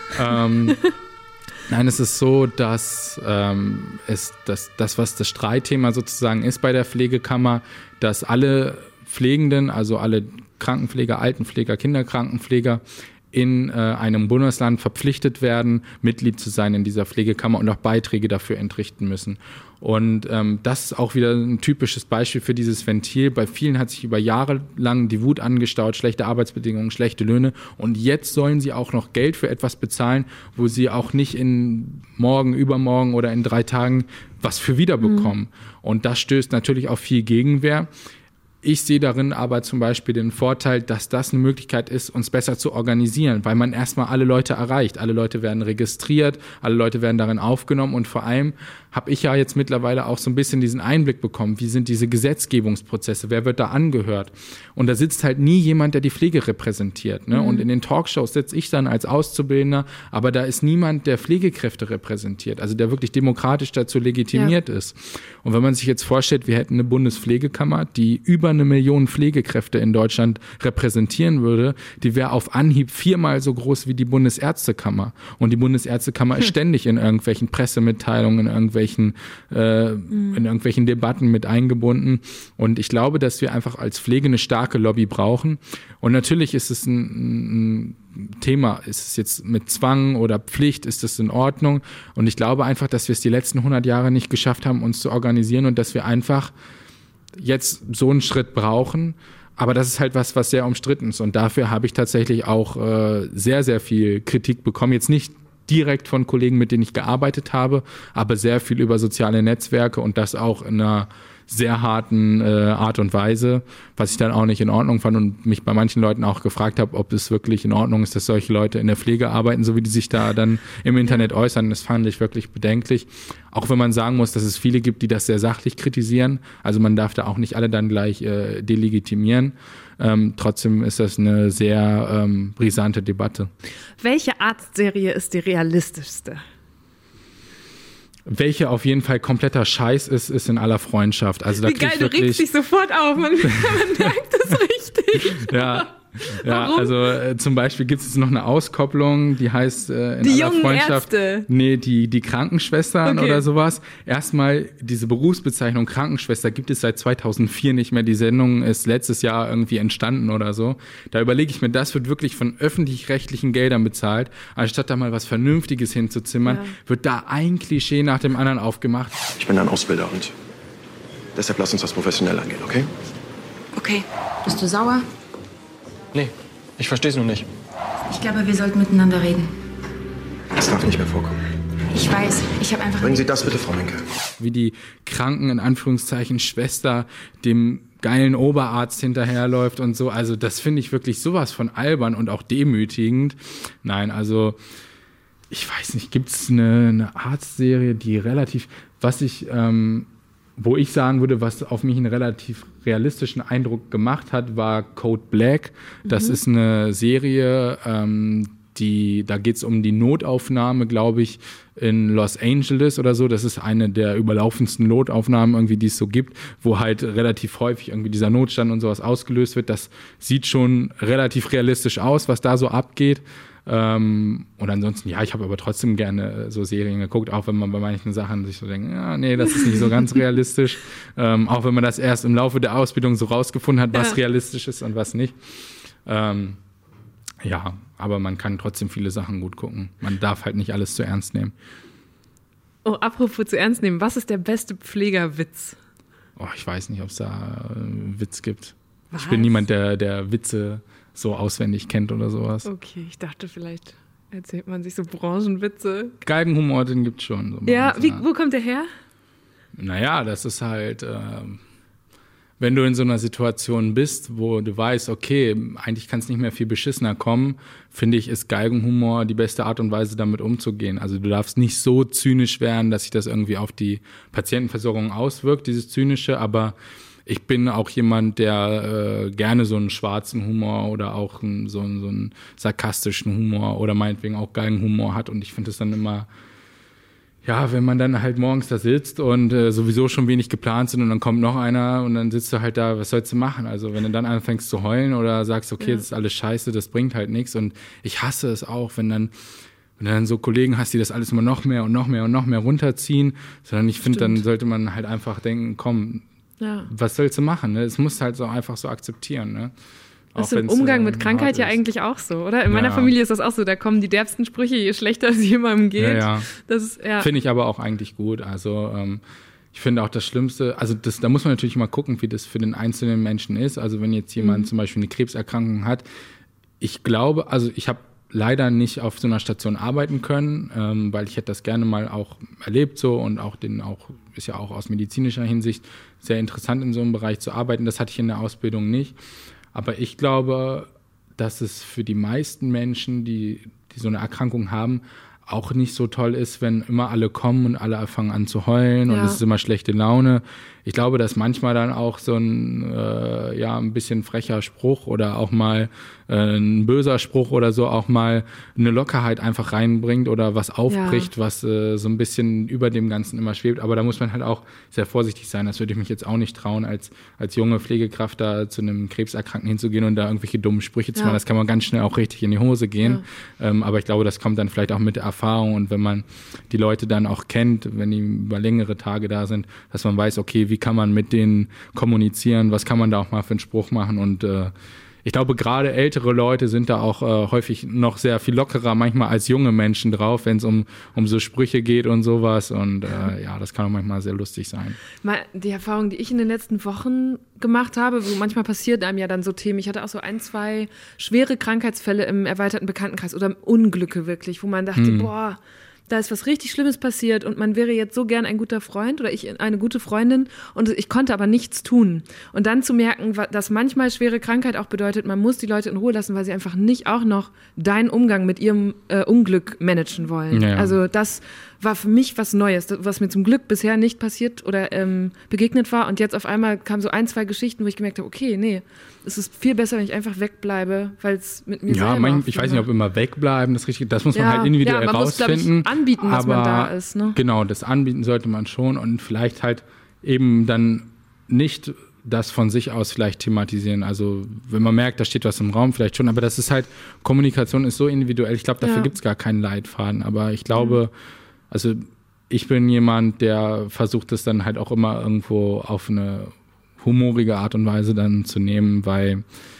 Nein, es ist so, dass das, was das Streitthema sozusagen ist bei der Pflegekammer, dass alle Pflegenden, also alle Krankenpfleger, Altenpfleger, Kinderkrankenpfleger in einem Bundesland verpflichtet werden, Mitglied zu sein in dieser Pflegekammer und auch Beiträge dafür entrichten müssen. Und das ist auch wieder ein typisches Beispiel für dieses Ventil. Bei vielen hat sich über Jahre lang die Wut angestaut, schlechte Arbeitsbedingungen, schlechte Löhne. Und jetzt sollen sie auch noch Geld für etwas bezahlen, wo sie auch nicht in morgen, übermorgen oder in 3 Tagen was für wiederbekommen. Und das stößt natürlich auf viel Gegenwehr. Ich sehe darin aber zum Beispiel den Vorteil, dass das eine Möglichkeit ist, uns besser zu organisieren, weil man erstmal alle Leute erreicht. Alle Leute werden registriert, alle Leute werden darin aufgenommen und vor allem habe ich ja jetzt mittlerweile auch so ein bisschen diesen Einblick bekommen, wie sind diese Gesetzgebungsprozesse, wer wird da angehört? Und da sitzt halt nie jemand, der die Pflege repräsentiert. Ne? Und in den Talkshows sitze ich dann als Auszubildender, aber da ist niemand, der Pflegekräfte repräsentiert, also der wirklich demokratisch dazu legitimiert ist. Und wenn man sich jetzt vorstellt, wir hätten eine Bundespflegekammer, die über 1 Million Pflegekräfte in Deutschland repräsentieren würde, die wäre auf Anhieb 4-mal so groß wie die Bundesärztekammer. Und die Bundesärztekammer ist ständig in irgendwelchen Pressemitteilungen, in irgendwelchen Debatten mit eingebunden. Und ich glaube, dass wir einfach als Pflege eine starke Lobby brauchen. Und natürlich ist es ein Thema, ist es jetzt mit Zwang oder Pflicht, ist das in Ordnung? Und ich glaube einfach, dass wir es die letzten 100 Jahre nicht geschafft haben, uns zu organisieren und dass wir einfach jetzt so einen Schritt brauchen, aber das ist halt was sehr umstritten ist und dafür habe ich tatsächlich auch sehr, sehr viel Kritik bekommen, jetzt nicht direkt von Kollegen, mit denen ich gearbeitet habe, aber sehr viel über soziale Netzwerke und das auch in einer sehr harten Art und Weise, was ich dann auch nicht in Ordnung fand und mich bei manchen Leuten auch gefragt habe, ob es wirklich in Ordnung ist, dass solche Leute in der Pflege arbeiten, so wie die sich da dann im Internet äußern. Das fand ich wirklich bedenklich. Auch wenn man sagen muss, dass es viele gibt, die das sehr sachlich kritisieren. Also man darf da auch nicht alle dann gleich delegitimieren. Trotzdem ist das eine sehr brisante Debatte. Welche Arztserie ist die realistischste? Welche auf jeden Fall kompletter Scheiß ist in aller Freundschaft. Also da wie geil, du regst dich sofort auf, man merkt das richtig. Ja, also zum Beispiel gibt es noch eine Auskopplung, die heißt in die aller jungen Freundschaft. Ärzte. Nee, die Krankenschwestern oder sowas. Erstmal diese Berufsbezeichnung Krankenschwester gibt es seit 2004 nicht mehr. Die Sendung ist letztes Jahr irgendwie entstanden oder so. Da überlege ich mir, das wird wirklich von öffentlich-rechtlichen Geldern bezahlt. Anstatt da mal was Vernünftiges hinzuzimmern, wird da ein Klischee nach dem anderen aufgemacht. Ich bin ein Ausbilder und deshalb lass uns das professionell angehen, okay? Okay. Bist du sauer? Nee, ich verstehe es nur nicht. Ich glaube, wir sollten miteinander reden. Das darf nicht mehr vorkommen. Ich weiß, ich habe einfach... Bringen Sie das bitte, Frau Menke. Wie die kranken, in Anführungszeichen, Schwester dem geilen Oberarzt hinterherläuft und so. Also das finde ich wirklich sowas von albern und auch demütigend. Nein, also ich weiß nicht, gibt es eine Arztserie, die relativ, wo ich sagen würde, was auf mich einen relativ realistischen Eindruck gemacht hat, war Code Black. Das ist eine Serie, da geht es um die Notaufnahme, glaube ich, in Los Angeles oder so. Das ist eine der überlaufendsten Notaufnahmen irgendwie, die es so gibt, wo halt relativ häufig irgendwie dieser Notstand und sowas ausgelöst wird. Das sieht schon relativ realistisch aus, was da so abgeht. Und ansonsten, ja, ich habe aber trotzdem gerne so Serien geguckt, auch wenn man bei manchen Sachen sich so denkt, ja, nee, das ist nicht so ganz realistisch. Auch wenn man das erst im Laufe der Ausbildung so rausgefunden hat, was realistisch ist und was nicht. Ja, aber man kann trotzdem viele Sachen gut gucken. Man darf halt nicht alles zu ernst nehmen. Oh, apropos zu ernst nehmen, was ist der beste Pflegerwitz? Oh, ich weiß nicht, ob es da einen Witz gibt. Was? Ich bin niemand, der Witze so auswendig kennt oder sowas. Okay, ich dachte, vielleicht erzählt man sich so Branchenwitze. Galgenhumor, den gibt's schon. So ja, wo kommt der her? Naja, das ist halt, wenn du in so einer Situation bist, wo du weißt, okay, eigentlich kann es nicht mehr viel beschissener kommen, finde ich, ist Galgenhumor die beste Art und Weise, damit umzugehen. Also du darfst nicht so zynisch werden, dass sich das irgendwie auf die Patientenversorgung auswirkt, dieses Zynische, aber ich bin auch jemand, der gerne so einen schwarzen Humor oder auch so einen sarkastischen Humor oder meinetwegen auch Galgenhumor hat. Und ich finde es dann immer, ja, wenn man dann halt morgens da sitzt und sowieso schon wenig geplant sind und dann kommt noch einer und dann sitzt du halt da, was sollst du machen? Also wenn du dann anfängst zu heulen oder sagst, okay, das ist alles scheiße, das bringt halt nichts. Und ich hasse es auch, wenn du dann so Kollegen hast, die das alles immer noch mehr und noch mehr und noch mehr runterziehen. Sondern ich finde, dann sollte man halt einfach denken, komm, was sollst du machen? Ne? Es muss halt so einfach so akzeptieren. Ne? Das ist im Umgang mit Krankheit ja eigentlich auch so, oder? In meiner Familie ist das auch so, da kommen die derbsten Sprüche, je schlechter es jemandem geht. Ja. Finde ich aber auch eigentlich gut. Also ich finde auch das Schlimmste, also da muss man natürlich mal gucken, wie das für den einzelnen Menschen ist. Also wenn jetzt jemand zum Beispiel eine Krebserkrankung hat, ich glaube, also ich habe leider nicht auf so einer Station arbeiten können, weil ich hätte das gerne mal auch erlebt so und ist ja auch aus medizinischer Hinsicht sehr interessant in so einem Bereich zu arbeiten. Das hatte ich in der Ausbildung nicht. Aber ich glaube, dass es für die meisten Menschen, die so eine Erkrankung haben, auch nicht so toll ist, wenn immer alle kommen und alle fangen an zu heulen und es ist immer schlechte Laune. Ich glaube, dass manchmal dann auch so ein bisschen frecher Spruch oder auch mal ein böser Spruch oder so auch mal eine Lockerheit einfach reinbringt oder was aufbricht, was so ein bisschen über dem Ganzen immer schwebt. Aber da muss man halt auch sehr vorsichtig sein. Das würde ich mich jetzt auch nicht trauen, als junge Pflegekraft da zu einem Krebserkrankten hinzugehen und da irgendwelche dummen Sprüche zu machen. Das kann man ganz schnell auch richtig in die Hose gehen. Aber ich glaube, das kommt dann vielleicht auch mit der Erfahrung und wenn man die Leute dann auch kennt, wenn die über längere Tage da sind, dass man weiß, okay, wie kann man mit denen kommunizieren, was kann man da auch mal für einen Spruch machen und ich glaube, gerade ältere Leute sind da auch häufig noch sehr viel lockerer manchmal als junge Menschen drauf, wenn es um so Sprüche geht und sowas und das kann auch manchmal sehr lustig sein. Die Erfahrung, die ich in den letzten Wochen gemacht habe, wo manchmal passiert einem ja dann so Themen, ich hatte auch so 1, 2 schwere Krankheitsfälle im erweiterten Bekanntenkreis oder Unglücke wirklich, wo man dachte, boah, da ist was richtig Schlimmes passiert und man wäre jetzt so gern ein guter Freund oder ich eine gute Freundin und ich konnte aber nichts tun. Und dann zu merken, dass manchmal schwere Krankheit auch bedeutet, man muss die Leute in Ruhe lassen, weil sie einfach nicht auch noch deinen Umgang mit ihrem Unglück managen wollen. Ja. Also das war für mich was Neues, was mir zum Glück bisher nicht passiert oder begegnet war. Und jetzt auf einmal kamen so 1, 2 Geschichten, wo ich gemerkt habe, okay, nee, es ist viel besser, wenn ich einfach wegbleibe, weil es mit mir selber ich weiß nicht, ob immer wegbleiben, das muss man halt individuell rausfinden. Man muss, anbieten, dass man da ist. Ne? Genau, das anbieten sollte man schon und vielleicht halt eben dann nicht das von sich aus vielleicht thematisieren. Also wenn man merkt, da steht was im Raum, vielleicht schon, aber das ist halt, Kommunikation ist so individuell. Ich glaube, dafür gibt es gar keinen Leitfaden, aber ich glaube, also ich bin jemand, der versucht es dann halt auch immer irgendwo auf eine humorige Art und Weise dann zu nehmen, weil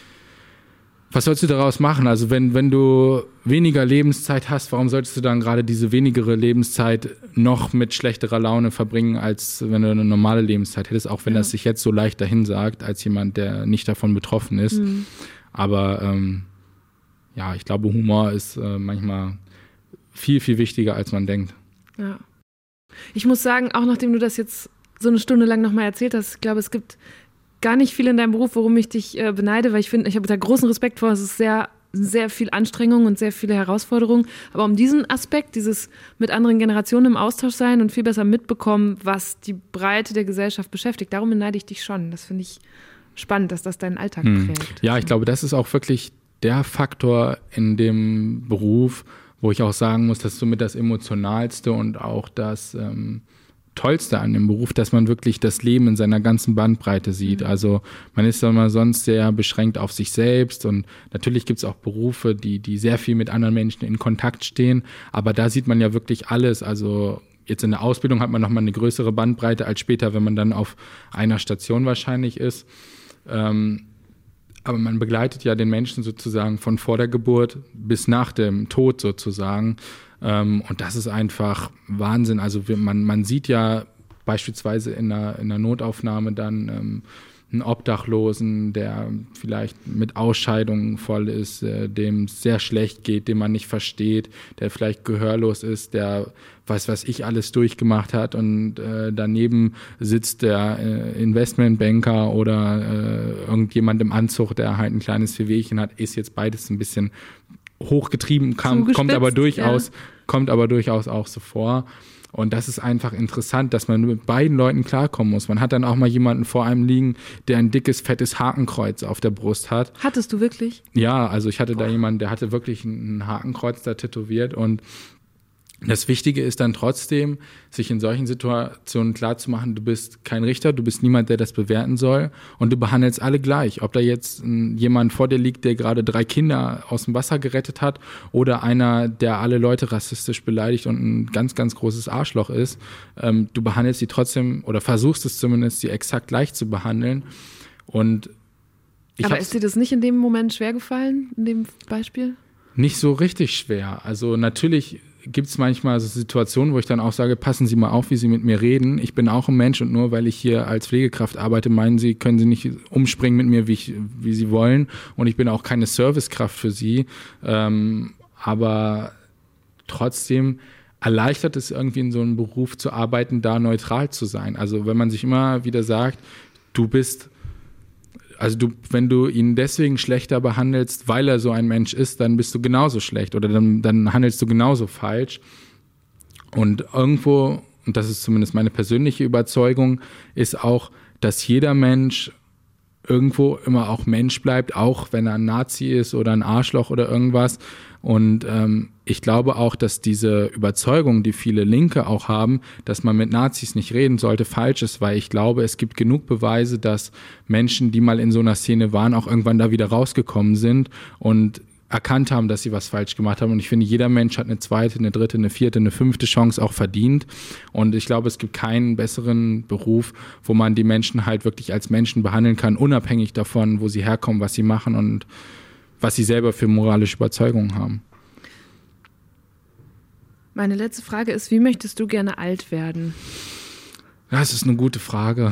was sollst du daraus machen? Also wenn du weniger Lebenszeit hast, warum solltest du dann gerade diese wenigere Lebenszeit noch mit schlechterer Laune verbringen, als wenn du eine normale Lebenszeit hättest, auch wenn das sich jetzt so leicht dahin sagt, als jemand, der nicht davon betroffen ist. Aber ich glaube, Humor ist manchmal viel, viel wichtiger, als man denkt. Ja. Ich muss sagen, auch nachdem du das jetzt so eine Stunde lang nochmal erzählt hast, ich glaube, es gibt gar nicht viel in deinem Beruf, worum ich dich beneide, weil ich finde, ich habe da großen Respekt vor, es ist sehr, sehr viel Anstrengung und sehr viele Herausforderungen, aber um diesen Aspekt, dieses mit anderen Generationen im Austausch sein und viel besser mitbekommen, was die Breite der Gesellschaft beschäftigt, darum beneide ich dich schon. Das finde ich spannend, dass das deinen Alltag prägt. Ja, ich glaube, das ist auch wirklich der Faktor in dem Beruf, wo ich auch sagen muss, das ist somit das Emotionalste und auch das Tollste an dem Beruf, dass man wirklich das Leben in seiner ganzen Bandbreite sieht. Also man ist immer sonst sehr beschränkt auf sich selbst und natürlich gibt es auch Berufe, die sehr viel mit anderen Menschen in Kontakt stehen, aber da sieht man ja wirklich alles. Also jetzt in der Ausbildung hat man nochmal eine größere Bandbreite als später, wenn man dann auf einer Station wahrscheinlich ist. Aber man begleitet ja den Menschen sozusagen von vor der Geburt bis nach dem Tod sozusagen. Und das ist einfach Wahnsinn. Also man sieht ja beispielsweise in einer Notaufnahme dann einen Obdachlosen, der vielleicht mit Ausscheidungen voll ist, dem es sehr schlecht geht, den man nicht versteht, der vielleicht gehörlos ist, der was ich alles durchgemacht hat und daneben sitzt der Investmentbanker oder irgendjemand im Anzug, der halt ein kleines Wehwehchen hat, ist jetzt beides ein bisschen hochgetrieben, kommt aber durchaus auch so vor. Und das ist einfach interessant, dass man mit beiden Leuten klarkommen muss. Man hat dann auch mal jemanden vor einem liegen, der ein dickes, fettes Hakenkreuz auf der Brust hat. Hattest du wirklich? Ja, also ich hatte da jemanden, der hatte wirklich ein Hakenkreuz da tätowiert und das Wichtige ist dann trotzdem, sich in solchen Situationen klarzumachen, du bist kein Richter, du bist niemand, der das bewerten soll und du behandelst alle gleich. Ob da jetzt jemand vor dir liegt, der gerade 3 Kinder aus dem Wasser gerettet hat oder einer, der alle Leute rassistisch beleidigt und ein ganz, ganz großes Arschloch ist, du behandelst sie trotzdem oder versuchst es zumindest, sie exakt gleich zu behandeln und Aber ist dir das nicht in dem Moment schwer gefallen, in dem Beispiel? Nicht so richtig schwer. Also natürlich gibt es manchmal so Situationen, wo ich dann auch sage, passen Sie mal auf, wie Sie mit mir reden. Ich bin auch ein Mensch und nur weil ich hier als Pflegekraft arbeite, meinen Sie, können Sie nicht umspringen mit mir, wie Sie wollen. Und ich bin auch keine Servicekraft für Sie. Aber trotzdem erleichtert es irgendwie in so einem Beruf zu arbeiten, da neutral zu sein. Also wenn man sich immer wieder sagt, wenn du ihn deswegen schlechter behandelst, weil er so ein Mensch ist, dann bist du genauso schlecht oder dann handelst du genauso falsch. Und irgendwo, und das ist zumindest meine persönliche Überzeugung, ist auch, dass jeder Mensch irgendwo immer auch Mensch bleibt, auch wenn er ein Nazi ist oder ein Arschloch oder irgendwas. Und ich glaube auch, dass diese Überzeugung, die viele Linke auch haben, dass man mit Nazis nicht reden sollte, falsch ist, weil ich glaube, es gibt genug Beweise, dass Menschen, die mal in so einer Szene waren, auch irgendwann da wieder rausgekommen sind und erkannt haben, dass sie was falsch gemacht haben. Und ich finde, jeder Mensch hat eine zweite, eine dritte, eine vierte, eine fünfte Chance auch verdient. Und ich glaube, es gibt keinen besseren Beruf, wo man die Menschen halt wirklich als Menschen behandeln kann, unabhängig davon, wo sie herkommen, was sie machen und was sie selber für moralische Überzeugungen haben. Meine letzte Frage ist, wie möchtest du gerne alt werden? Das ist eine gute Frage.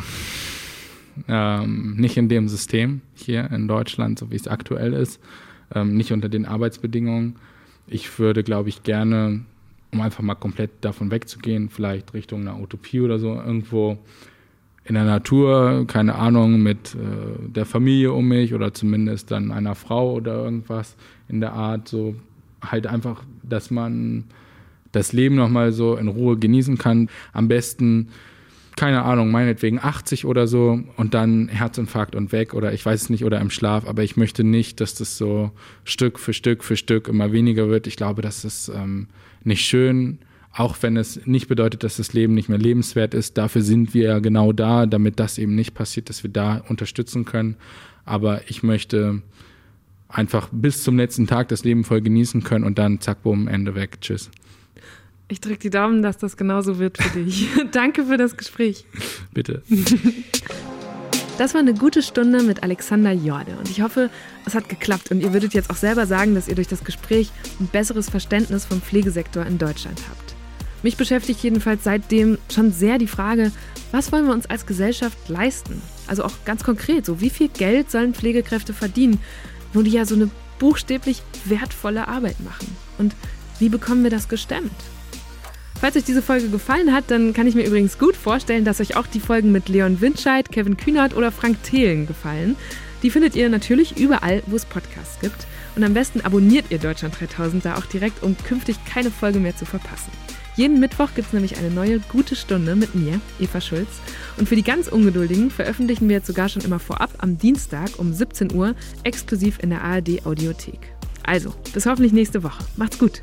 Nicht in dem System hier in Deutschland, so wie es aktuell ist. Nicht unter den Arbeitsbedingungen. Ich würde, glaube ich, gerne, um einfach mal komplett davon wegzugehen, vielleicht Richtung einer Utopie oder so, irgendwo in der Natur, keine Ahnung, mit der Familie um mich oder zumindest dann einer Frau oder irgendwas in der Art, so halt einfach, dass man das Leben nochmal so in Ruhe genießen kann. Am besten, keine Ahnung, meinetwegen 80 oder so und dann Herzinfarkt und weg oder ich weiß es nicht oder im Schlaf, aber ich möchte nicht, dass das so Stück für Stück immer weniger wird. Ich glaube, das ist nicht schön, auch wenn es nicht bedeutet, dass das Leben nicht mehr lebenswert ist. Dafür sind wir ja genau da, damit das eben nicht passiert, dass wir da unterstützen können. Aber ich möchte einfach bis zum letzten Tag das Leben voll genießen können und dann zack, bumm, Ende weg. Tschüss. Ich drücke die Daumen, dass das genauso wird für dich. Danke für das Gespräch. Bitte. Das war eine gute Stunde mit Alexander Jorde und ich hoffe, es hat geklappt und ihr würdet jetzt auch selber sagen, dass ihr durch das Gespräch ein besseres Verständnis vom Pflegesektor in Deutschland habt. Mich beschäftigt jedenfalls seitdem schon sehr die Frage, was wollen wir uns als Gesellschaft leisten? Also auch ganz konkret, so wie viel Geld sollen Pflegekräfte verdienen, wo die ja so eine buchstäblich wertvolle Arbeit machen? Und wie bekommen wir das gestemmt? Falls euch diese Folge gefallen hat, dann kann ich mir übrigens gut vorstellen, dass euch auch die Folgen mit Leon Windscheid, Kevin Kühnert oder Frank Thelen gefallen. Die findet ihr natürlich überall, wo es Podcasts gibt. Und am besten abonniert ihr Deutschland 3000 da auch direkt, um künftig keine Folge mehr zu verpassen. Jeden Mittwoch gibt es nämlich eine neue gute Stunde mit mir, Eva Schulz. Und für die ganz Ungeduldigen veröffentlichen wir jetzt sogar schon immer vorab am Dienstag um 17 Uhr exklusiv in der ARD Audiothek. Also, bis hoffentlich nächste Woche. Macht's gut!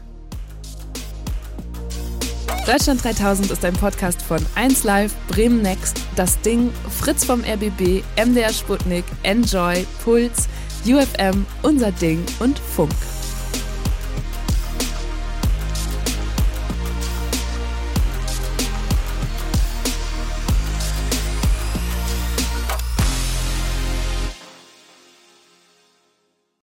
Deutschland 3000 ist ein Podcast von 1Live, Bremen Next, Das Ding, Fritz vom RBB, MDR Sputnik, Enjoy, Puls, UFM, Unser Ding und Funk.